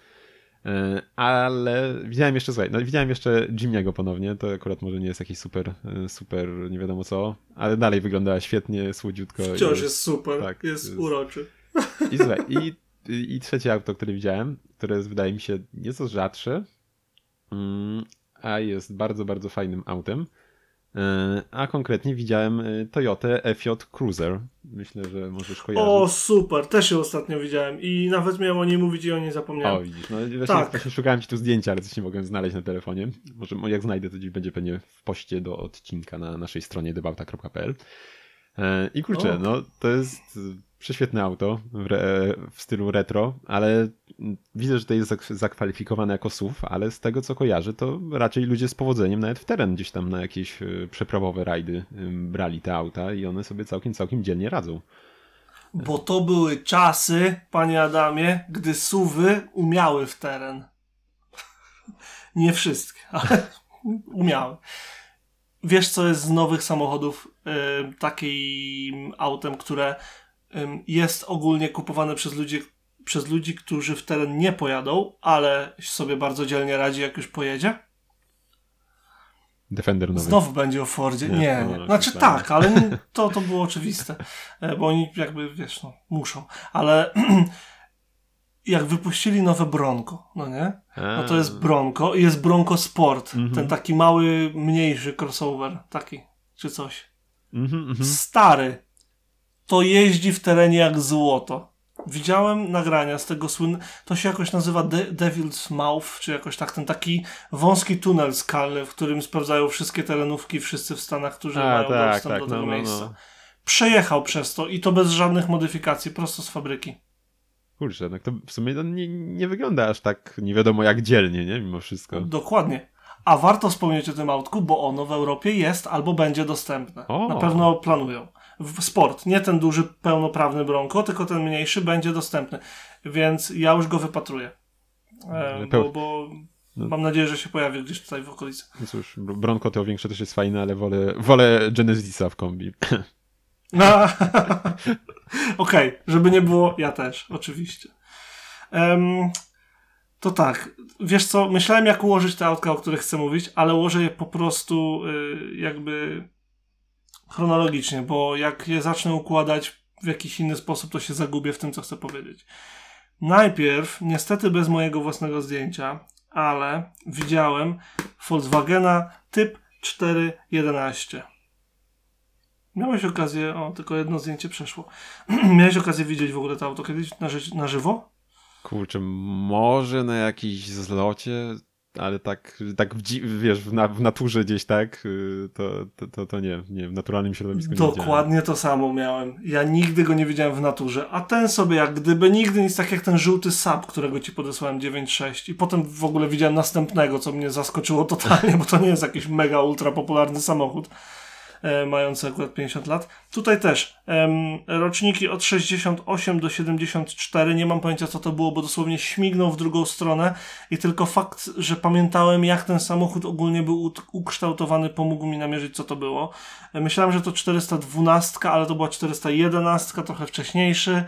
Ale widziałem jeszcze Jimmy'ego ponownie, to akurat może nie jest jakiś super nie wiadomo co, ale dalej wyglądała świetnie, słodziutko. Wciąż jest super, tak, jest uroczy. I trzecie auto, które widziałem, które jest, wydaje mi się, nieco rzadsze, a jest bardzo, bardzo fajnym autem. A konkretnie widziałem Toyotę FJ Cruiser. Myślę, że możesz kojarzyć. O, super, też ją ostatnio widziałem i nawet miałem o niej mówić i o niej zapomniałem. O, widzisz, no tak. Właśnie szukałem ci tu zdjęcia, ale coś nie mogłem znaleźć na telefonie. Może jak znajdę, to gdzieś będzie pewnie w poście do odcinka na naszej stronie debauta.pl. I kurczę, no to jest prześwietne auto w stylu retro, ale widzę, że to jest zakwalifikowane jako SUV, ale z tego co kojarzę, to raczej ludzie z powodzeniem nawet w teren gdzieś tam na jakieś przeprawowe rajdy brali te auta i one sobie całkiem dzielnie radzą. Bo to były czasy, panie Adamie, gdy SUVy umiały w teren. Nie wszystkie, ale umiały. Wiesz, co jest z nowych samochodów takim autem, które jest ogólnie kupowane przez ludzi, którzy w teren nie pojadą, ale sobie bardzo dzielnie radzi, jak już pojedzie? Defender nowy. Znowu będzie o Fordzie. Nie. Znaczy tak, ale to było oczywiste. Bo oni jakby, wiesz, no, muszą. Ale jak wypuścili nowe Bronco, no nie? No to jest Bronco i jest Bronco Sport. Ten taki mały, mniejszy crossover. Taki, czy coś. Stary. To jeździ w terenie jak złoto. Widziałem nagrania z tego to się jakoś nazywa Devil's Mouth, czy jakoś tak, ten taki wąski tunel skalny, w którym sprawdzają wszystkie terenówki, wszyscy w Stanach, którzy mają dostęp do tego miejsca. Przejechał przez to i to bez żadnych modyfikacji, prosto z fabryki. Kurczę, no to w sumie nie wygląda aż tak nie wiadomo jak dzielnie, nie? Mimo wszystko. Dokładnie. A warto wspomnieć o tym autku, bo ono w Europie jest albo będzie dostępne. Na pewno planują. Sport, nie ten duży, pełnoprawny Bronco, tylko ten mniejszy będzie dostępny. Więc ja już go wypatruję. Bo mam nadzieję, że się pojawi gdzieś tutaj w okolicy. No cóż, Bronco to większe też jest fajne, ale wolę Genesisa w kombi. Okej, żeby nie było, ja też, oczywiście. To tak, wiesz co, myślałem jak ułożyć te autka, o których chcę mówić, ale ułożę je po prostu jakby chronologicznie, bo jak je zacznę układać w jakiś inny sposób, to się zagubię w tym, co chcę powiedzieć. Najpierw, niestety bez mojego własnego zdjęcia, ale widziałem Volkswagena Typ 411. Miałeś okazję, tylko jedno zdjęcie przeszło. Miałeś okazję widzieć w ogóle to auto kiedyś na żywo? Kurczę, może na jakiejś zlocie, ale tak wiesz, w naturze gdzieś tak, to nie, w naturalnym środowisku nie widziałem. Dokładnie to samo miałem. Ja nigdy go nie widziałem w naturze, a ten sobie jak gdyby nigdy nic, tak jak ten żółty Saab, którego ci podesłałem 9.6 i potem w ogóle widziałem następnego, co mnie zaskoczyło totalnie, bo to nie jest jakiś mega ultra popularny samochód. Mający akurat 50 lat. Tutaj też roczniki od 68 do 74, nie mam pojęcia co to było, bo dosłownie śmignął w drugą stronę i tylko fakt, że pamiętałem jak ten samochód ogólnie był ukształtowany, pomógł mi namierzyć co to było. Myślałem, że to 412, ale to była 411, trochę wcześniejszy.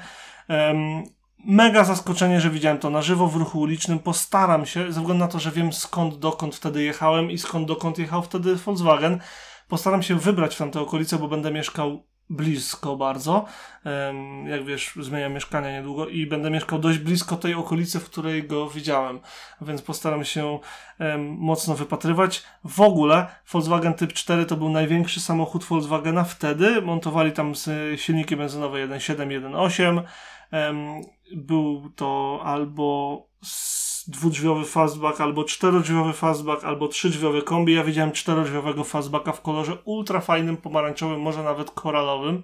Mega zaskoczenie, że widziałem to na żywo w ruchu ulicznym. Postaram się, ze względu na to, że wiem skąd dokąd wtedy jechałem i skąd dokąd jechał wtedy Volkswagen, postaram się wybrać w tamte okolice, bo będę mieszkał blisko bardzo. Jak wiesz, zmieniam mieszkania niedługo i będę mieszkał dość blisko tej okolicy, w której go widziałem. Więc postaram się mocno wypatrywać. W ogóle Volkswagen Typ 4 to był największy samochód Volkswagena wtedy. Montowali tam silniki benzynowe 1.7, 1.8. Był to albo dwudrzwiowy fastback, albo czterodrzwiowy fastback, albo trzydrzwiowy kombi. Ja widziałem czterodrzwiowego fastbacka w kolorze ultra fajnym, pomarańczowym, może nawet koralowym.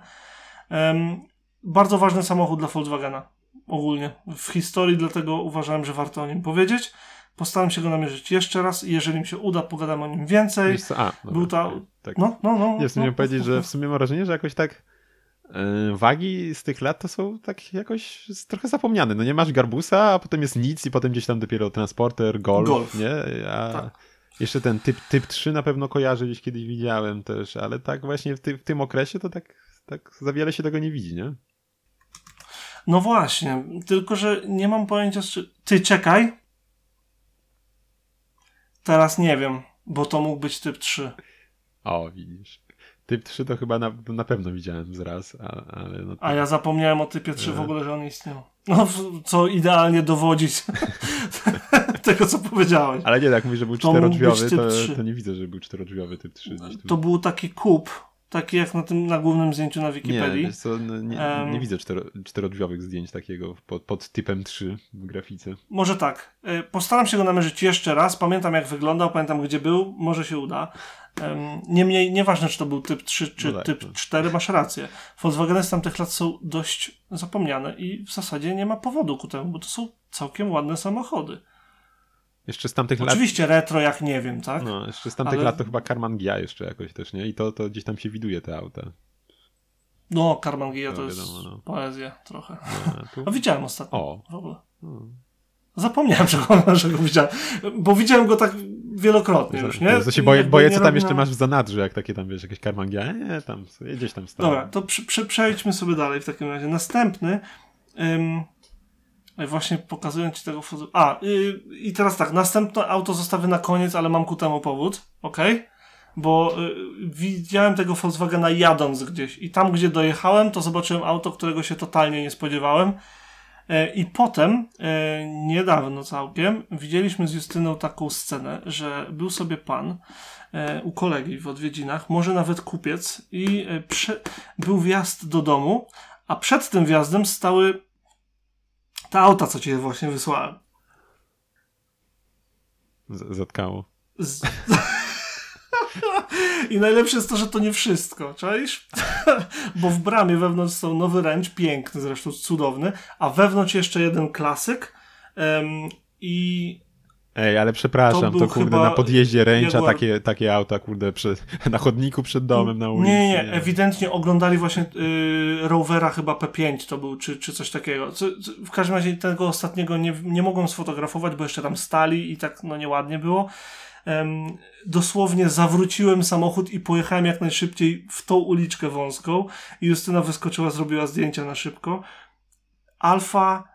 Bardzo ważny samochód dla Volkswagena ogólnie w historii, dlatego uważałem, że warto o nim powiedzieć. Postaram się go namierzyć jeszcze raz i jeżeli mi się uda, pogadam o nim więcej. Wiesz co? Dobra, Był to... tak. No. Ja w sumie powiedzieć, że w sumie mam wrażenie, że jakoś tak wagi z tych lat to są tak jakoś trochę zapomniane. No nie masz Garbusa, a potem jest nic i potem gdzieś tam dopiero Transporter, Golf. Nie? A tak. jeszcze ten typ 3 na pewno kojarzę, gdzieś kiedyś widziałem też, ale tak właśnie w tym okresie to tak za wiele się tego nie widzi, nie? No właśnie, tylko że nie mam pojęcia Ty czekaj. Teraz nie wiem, bo to mógł być typ 3. O, widzisz. Typ 3 to chyba na pewno widziałem zraz, ale no to... A ja zapomniałem o typie 3 w ogóle, że on istniał. No, co idealnie dowodzić tego, co powiedziałeś. Ale nie, jak mówisz, że był To mógł być czterodrzwiowy, typ to nie widzę, że był czterodrzwiowy typ 3 gdzieś tu. To był taki kup, taki jak na głównym zdjęciu na Wikipedii. Nie, wiesz co, nie widzę czterodrzwiowych zdjęć takiego pod typem 3 w grafice. Może tak. Postaram się go namierzyć jeszcze raz. Pamiętam jak wyglądał, pamiętam gdzie był. Może się uda. Niemniej, nieważne czy to był typ 3 czy tak, typ 4, masz rację. Volkswageny z tamtych lat są dość zapomniane i w zasadzie nie ma powodu ku temu, bo to są całkiem ładne samochody. Jeszcze z tamtych lat... Oczywiście retro jak nie wiem, tak? No, jeszcze z tamtych lat to chyba Karmann Ghia jeszcze jakoś też, nie? I to gdzieś tam się widuje te auta. No, Karmann Ghia to jest wiadomo, no. poezja trochę. Tu... A widziałem ostatnio O. w ogóle. Zapomniałem, że go widziałem. Bo widziałem go tak wielokrotnie już, nie? To się boję co tam jeszcze masz w zanadrzu, jak takie tam, wiesz, jakieś Karmann Ghia. Nie, tam gdzieś tam stało. Dobra, to przejdźmy sobie dalej w takim razie. Następny właśnie pokazuję ci tego i teraz tak, następne auto zostawię na koniec, ale mam ku temu powód, okej? Bo widziałem tego Volkswagena jadąc gdzieś i tam, gdzie dojechałem, to zobaczyłem auto, którego się totalnie nie spodziewałem. I potem, niedawno całkiem, widzieliśmy z Justyną taką scenę, że był sobie pan u kolegi w odwiedzinach, może nawet kupiec i był wjazd do domu, a przed tym wjazdem stały te auta, co ci właśnie wysłałem. Zatkało. I najlepsze jest to, że to nie wszystko, czaisz? Bo w bramie wewnątrz są nowy Range, piękny zresztą, cudowny, a wewnątrz jeszcze jeden klasyk i... Ej, ale przepraszam, to kurde na podjeździe Range'a takie auta, kurde, na chodniku przed domem, na ulicy. Nie, ewidentnie oglądali właśnie Rovera chyba P5 to był, czy coś takiego. W każdym razie tego ostatniego nie mogłem sfotografować, bo jeszcze tam stali i tak no nieładnie było. Dosłownie zawróciłem samochód i pojechałem jak najszybciej w tą uliczkę wąską i Justyna wyskoczyła, zrobiła zdjęcia na szybko. Alfa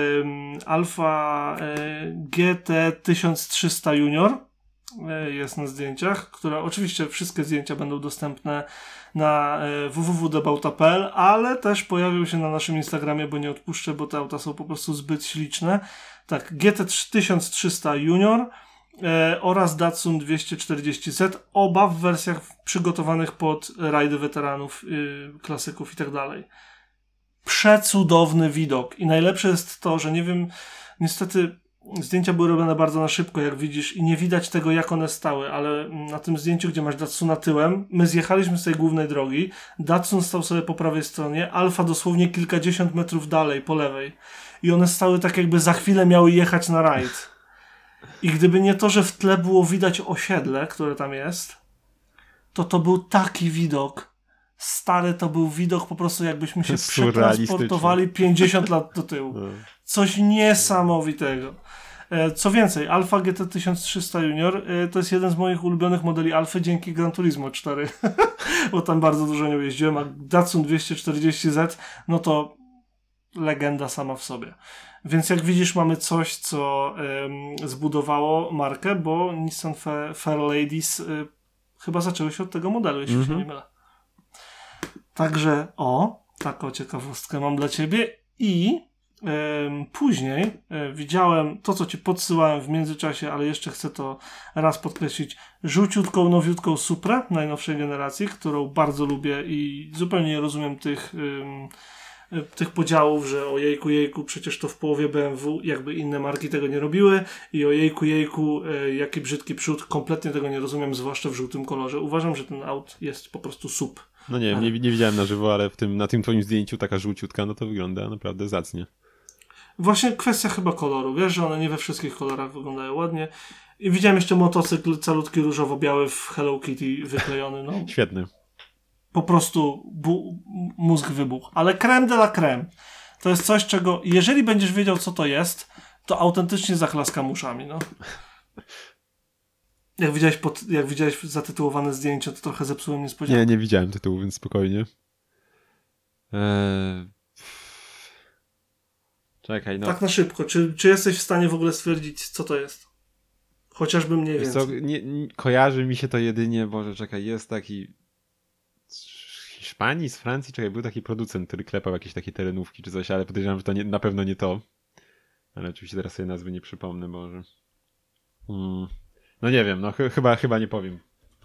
GT 1300 Junior jest na zdjęciach, które oczywiście wszystkie zdjęcia będą dostępne na www.debauta.pl, ale też pojawią się na naszym Instagramie, bo nie odpuszczę, bo te auta są po prostu zbyt śliczne. Tak, GT 1300 Junior oraz Datsun 240Z, oba w wersjach przygotowanych pod rajdy weteranów, klasyków i tak dalej. Przecudowny widok i najlepsze jest to, że nie wiem, niestety zdjęcia były robione bardzo na szybko, jak widzisz, i nie widać tego, jak one stały, ale na tym zdjęciu, gdzie masz Datsuna tyłem, my zjechaliśmy z tej głównej drogi, Datsun stał sobie po prawej stronie, Alfa dosłownie kilkadziesiąt metrów dalej, po lewej. I one stały tak, jakby za chwilę miały jechać na rajd. I gdyby nie to, że w tle było widać osiedle, które tam jest, to był taki widok. Stary, to był widok po prostu, jakbyśmy się przetransportowali 50 lat do tyłu. Coś niesamowitego. Co więcej, Alfa GT 1300 Junior to jest jeden z moich ulubionych modeli Alfy dzięki Gran Turismo 4, bo tam bardzo dużo nią jeździłem, a Datsun 240Z, no to legenda sama w sobie. Więc jak widzisz, mamy coś, co zbudowało markę, bo Nissan Fair Ladies chyba zaczęły się od tego modelu, jeśli się nie mylę. Także taką ciekawostkę mam dla ciebie i później widziałem to, co ci podsyłałem w międzyczasie, ale jeszcze chcę to raz podkreślić, żółciutką, nowiutką Suprę najnowszej generacji, którą bardzo lubię i zupełnie nie rozumiem tych podziałów, że o jejku, przecież to w połowie BMW, jakby inne marki tego nie robiły i o jejku, jaki brzydki przód, kompletnie tego nie rozumiem, zwłaszcza w żółtym kolorze. Uważam, że ten aut jest po prostu SUV. No nie widziałem na żywo, ale na tym twoim zdjęciu taka żółciutka, no to wygląda naprawdę zacnie. Właśnie kwestia chyba koloru, wiesz, że one nie we wszystkich kolorach wyglądają ładnie. I widziałem jeszcze motocykl calutki różowo-biały w Hello Kitty wyklejony, no. Świetny. Po prostu mózg wybuchł. Ale crème de la crème to jest coś, czego jeżeli będziesz wiedział, co to jest, to autentycznie zaklaskam uszami, no. Jak widziałeś zatytułowane zdjęcie, to trochę zepsułem niespodziankę. Nie widziałem tytułu, więc spokojnie. Czekaj, no. Tak na szybko. Czy jesteś w stanie w ogóle stwierdzić, co to jest? Chociażby mniej Wiesz więcej. co, kojarzy mi się to jedynie, Boże, czekaj, jest taki z Hiszpanii, z Francji, czekaj, był taki producent, który klepał jakieś takie terenówki czy coś, ale podejrzewam, że to na pewno nie to. Ale oczywiście teraz sobie nazwy nie przypomnę, może. No nie wiem, no chyba nie powiem.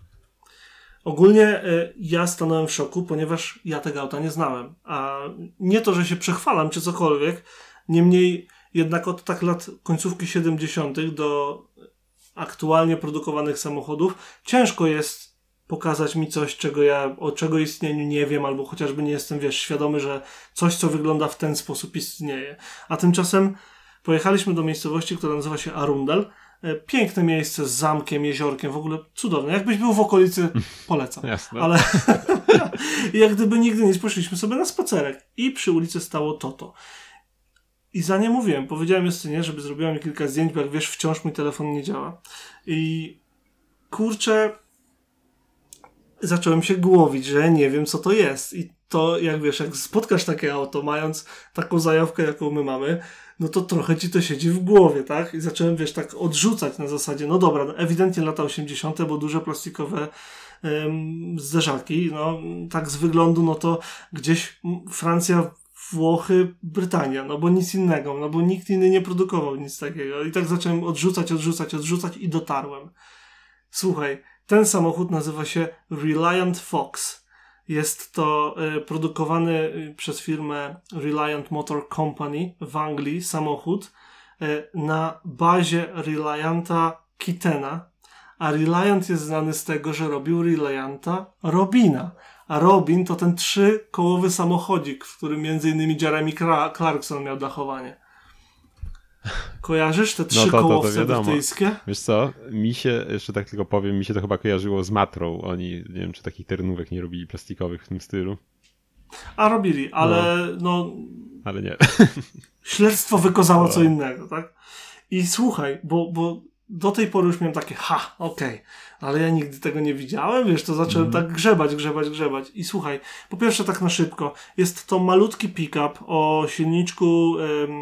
Ogólnie ja stanąłem w szoku, ponieważ ja tego auta nie znałem. A nie to, że się przechwalam czy cokolwiek, niemniej jednak od tak lat końcówki 70. do aktualnie produkowanych samochodów ciężko jest pokazać mi coś, o czego istnieniu nie wiem, albo chociażby nie jestem, wiesz, świadomy, że coś, co wygląda w ten sposób istnieje. A tymczasem pojechaliśmy do miejscowości, która nazywa się Arundel. Piękne miejsce z zamkiem, jeziorkiem, w ogóle cudowne. Jakbyś był w okolicy, polecam. Jasne. Ale jak gdyby nigdy nie poszliśmy sobie na spacerek i przy ulicy stało Toto. I za nie mówiłem, powiedziałem Justynie, żeby zrobiła mi kilka zdjęć, bo jak wiesz, wciąż mój telefon nie działa. I kurczę, zacząłem się głowić, że nie wiem, co to jest. I to, jak wiesz, jak spotkasz takie auto, mając taką zajawkę, jaką my mamy, no to trochę ci to siedzi w głowie, tak? I zacząłem, wiesz, tak odrzucać na zasadzie, no dobra, no ewidentnie lata 80., bo duże plastikowe zderzaki, no tak z wyglądu, no to gdzieś Francja, Włochy, Brytania, no bo nic innego, no bo nikt inny nie produkował nic takiego. I tak zacząłem odrzucać i dotarłem. Słuchaj, ten samochód nazywa się Reliant Fox. Jest to produkowany przez firmę Reliant Motor Company w Anglii samochód na bazie Relianta Kittena. A Reliant jest znany z tego, że robił Relianta Robina. A Robin to ten 3-kołowy samochodzik, w którym m.in. Jeremy Clarkson miał dachowanie. Kojarzysz te 3-kołowce brytyjskie? Wiesz co, mi się, jeszcze tak tylko powiem, mi się to chyba kojarzyło z Matrą. Oni, nie wiem, czy takich terenówek nie robili plastikowych w tym stylu. A robili, ale Ale nie. Śledztwo wykazało co innego, tak? I słuchaj, bo do tej pory już miałem takie, okej, ale ja nigdy tego nie widziałem, wiesz, to zacząłem tak grzebać. I słuchaj, po pierwsze tak na szybko, jest to malutki pick-up o silniczku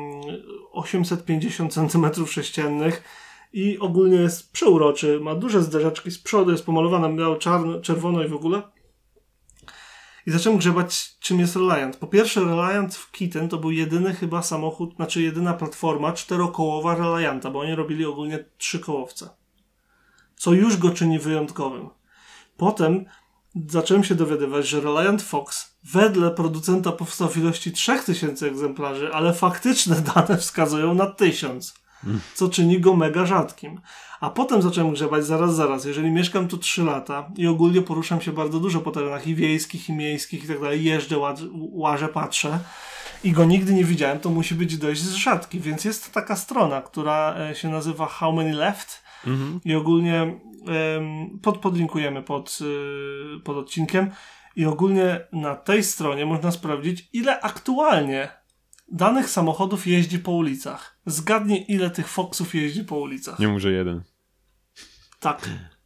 850 cm3 i ogólnie jest przeuroczy, ma duże zderzaczki z przodu, jest pomalowana biało, czerwono i w ogóle. I zacząłem grzebać, czym jest Reliant. Po pierwsze, Reliant w Kitten to był jedyny chyba samochód, znaczy jedyna platforma 4-kołowa Relianta, bo oni robili ogólnie 3-kołowce. Co już go czyni wyjątkowym. Potem zacząłem się dowiadywać, że Reliant Fox wedle producenta powstał w ilości 3000 egzemplarzy, ale faktyczne dane wskazują na 1000. Co czyni go mega rzadkim. A potem zacząłem grzebać zaraz. Jeżeli mieszkam tu 3 lata i ogólnie poruszam się bardzo dużo po terenach i wiejskich, i miejskich i tak dalej, jeżdżę, łażę, patrzę i go nigdy nie widziałem, to musi być dość rzadki. Więc jest taka strona, która się nazywa How Many Left i ogólnie podlinkujemy pod odcinkiem i ogólnie na tej stronie można sprawdzić, ile aktualnie danych samochodów jeździ po ulicach. Zgadnij, ile tych Foxów jeździ po ulicach. Nie mów, że jeden. Tak.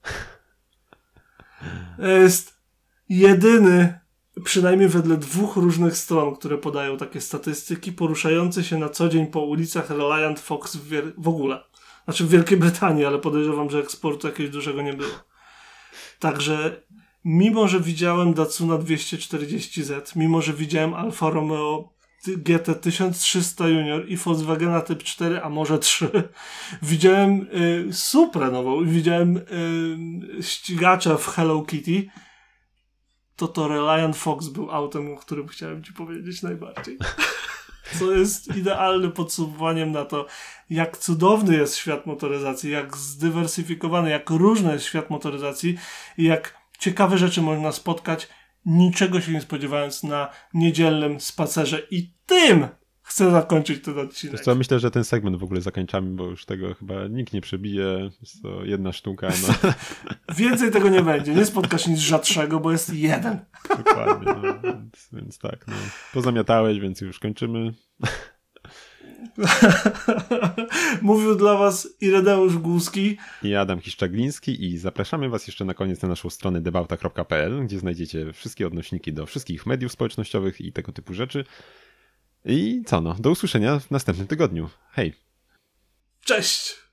Jest jedyny, przynajmniej wedle 2 różnych stron, które podają takie statystyki, poruszający się na co dzień po ulicach Reliant Fox w ogóle. Znaczy w Wielkiej Brytanii, ale podejrzewam, że eksportu jakiegoś dużego nie było. Także mimo, że widziałem Datsuna 240Z, mimo, że widziałem Alfa Romeo GT 1300 Junior i Volkswagena Typ 4, a może 3. Widziałem Suprę nową i widziałem ścigacza w Hello Kitty. To Reliant Fox był autem, o którym chciałem ci powiedzieć najbardziej. Co jest idealnym podsumowaniem na to, jak cudowny jest świat motoryzacji, jak zdywersyfikowany, jak różny jest świat motoryzacji i jak ciekawe rzeczy można spotkać, niczego się nie spodziewając na niedzielnym spacerze. I tym chcę zakończyć ten Wiesz odcinek. co, myślę, że ten segment w ogóle zakończamy, bo już tego chyba nikt nie przebije. Jest to jedna sztuka. No. Więcej tego nie będzie. Nie spotkasz nic rzadszego, bo jest jeden. Dokładnie. No. Więc tak. No. Pozamiatałeś, więc już kończymy. Mówił dla was Ireneusz Głuski. I Adam Kiszczagliński i zapraszamy was jeszcze na koniec na naszą stronę debauta.pl, gdzie znajdziecie wszystkie odnośniki do wszystkich mediów społecznościowych i tego typu rzeczy. I co no, do usłyszenia w następnym tygodniu. Hej! Cześć!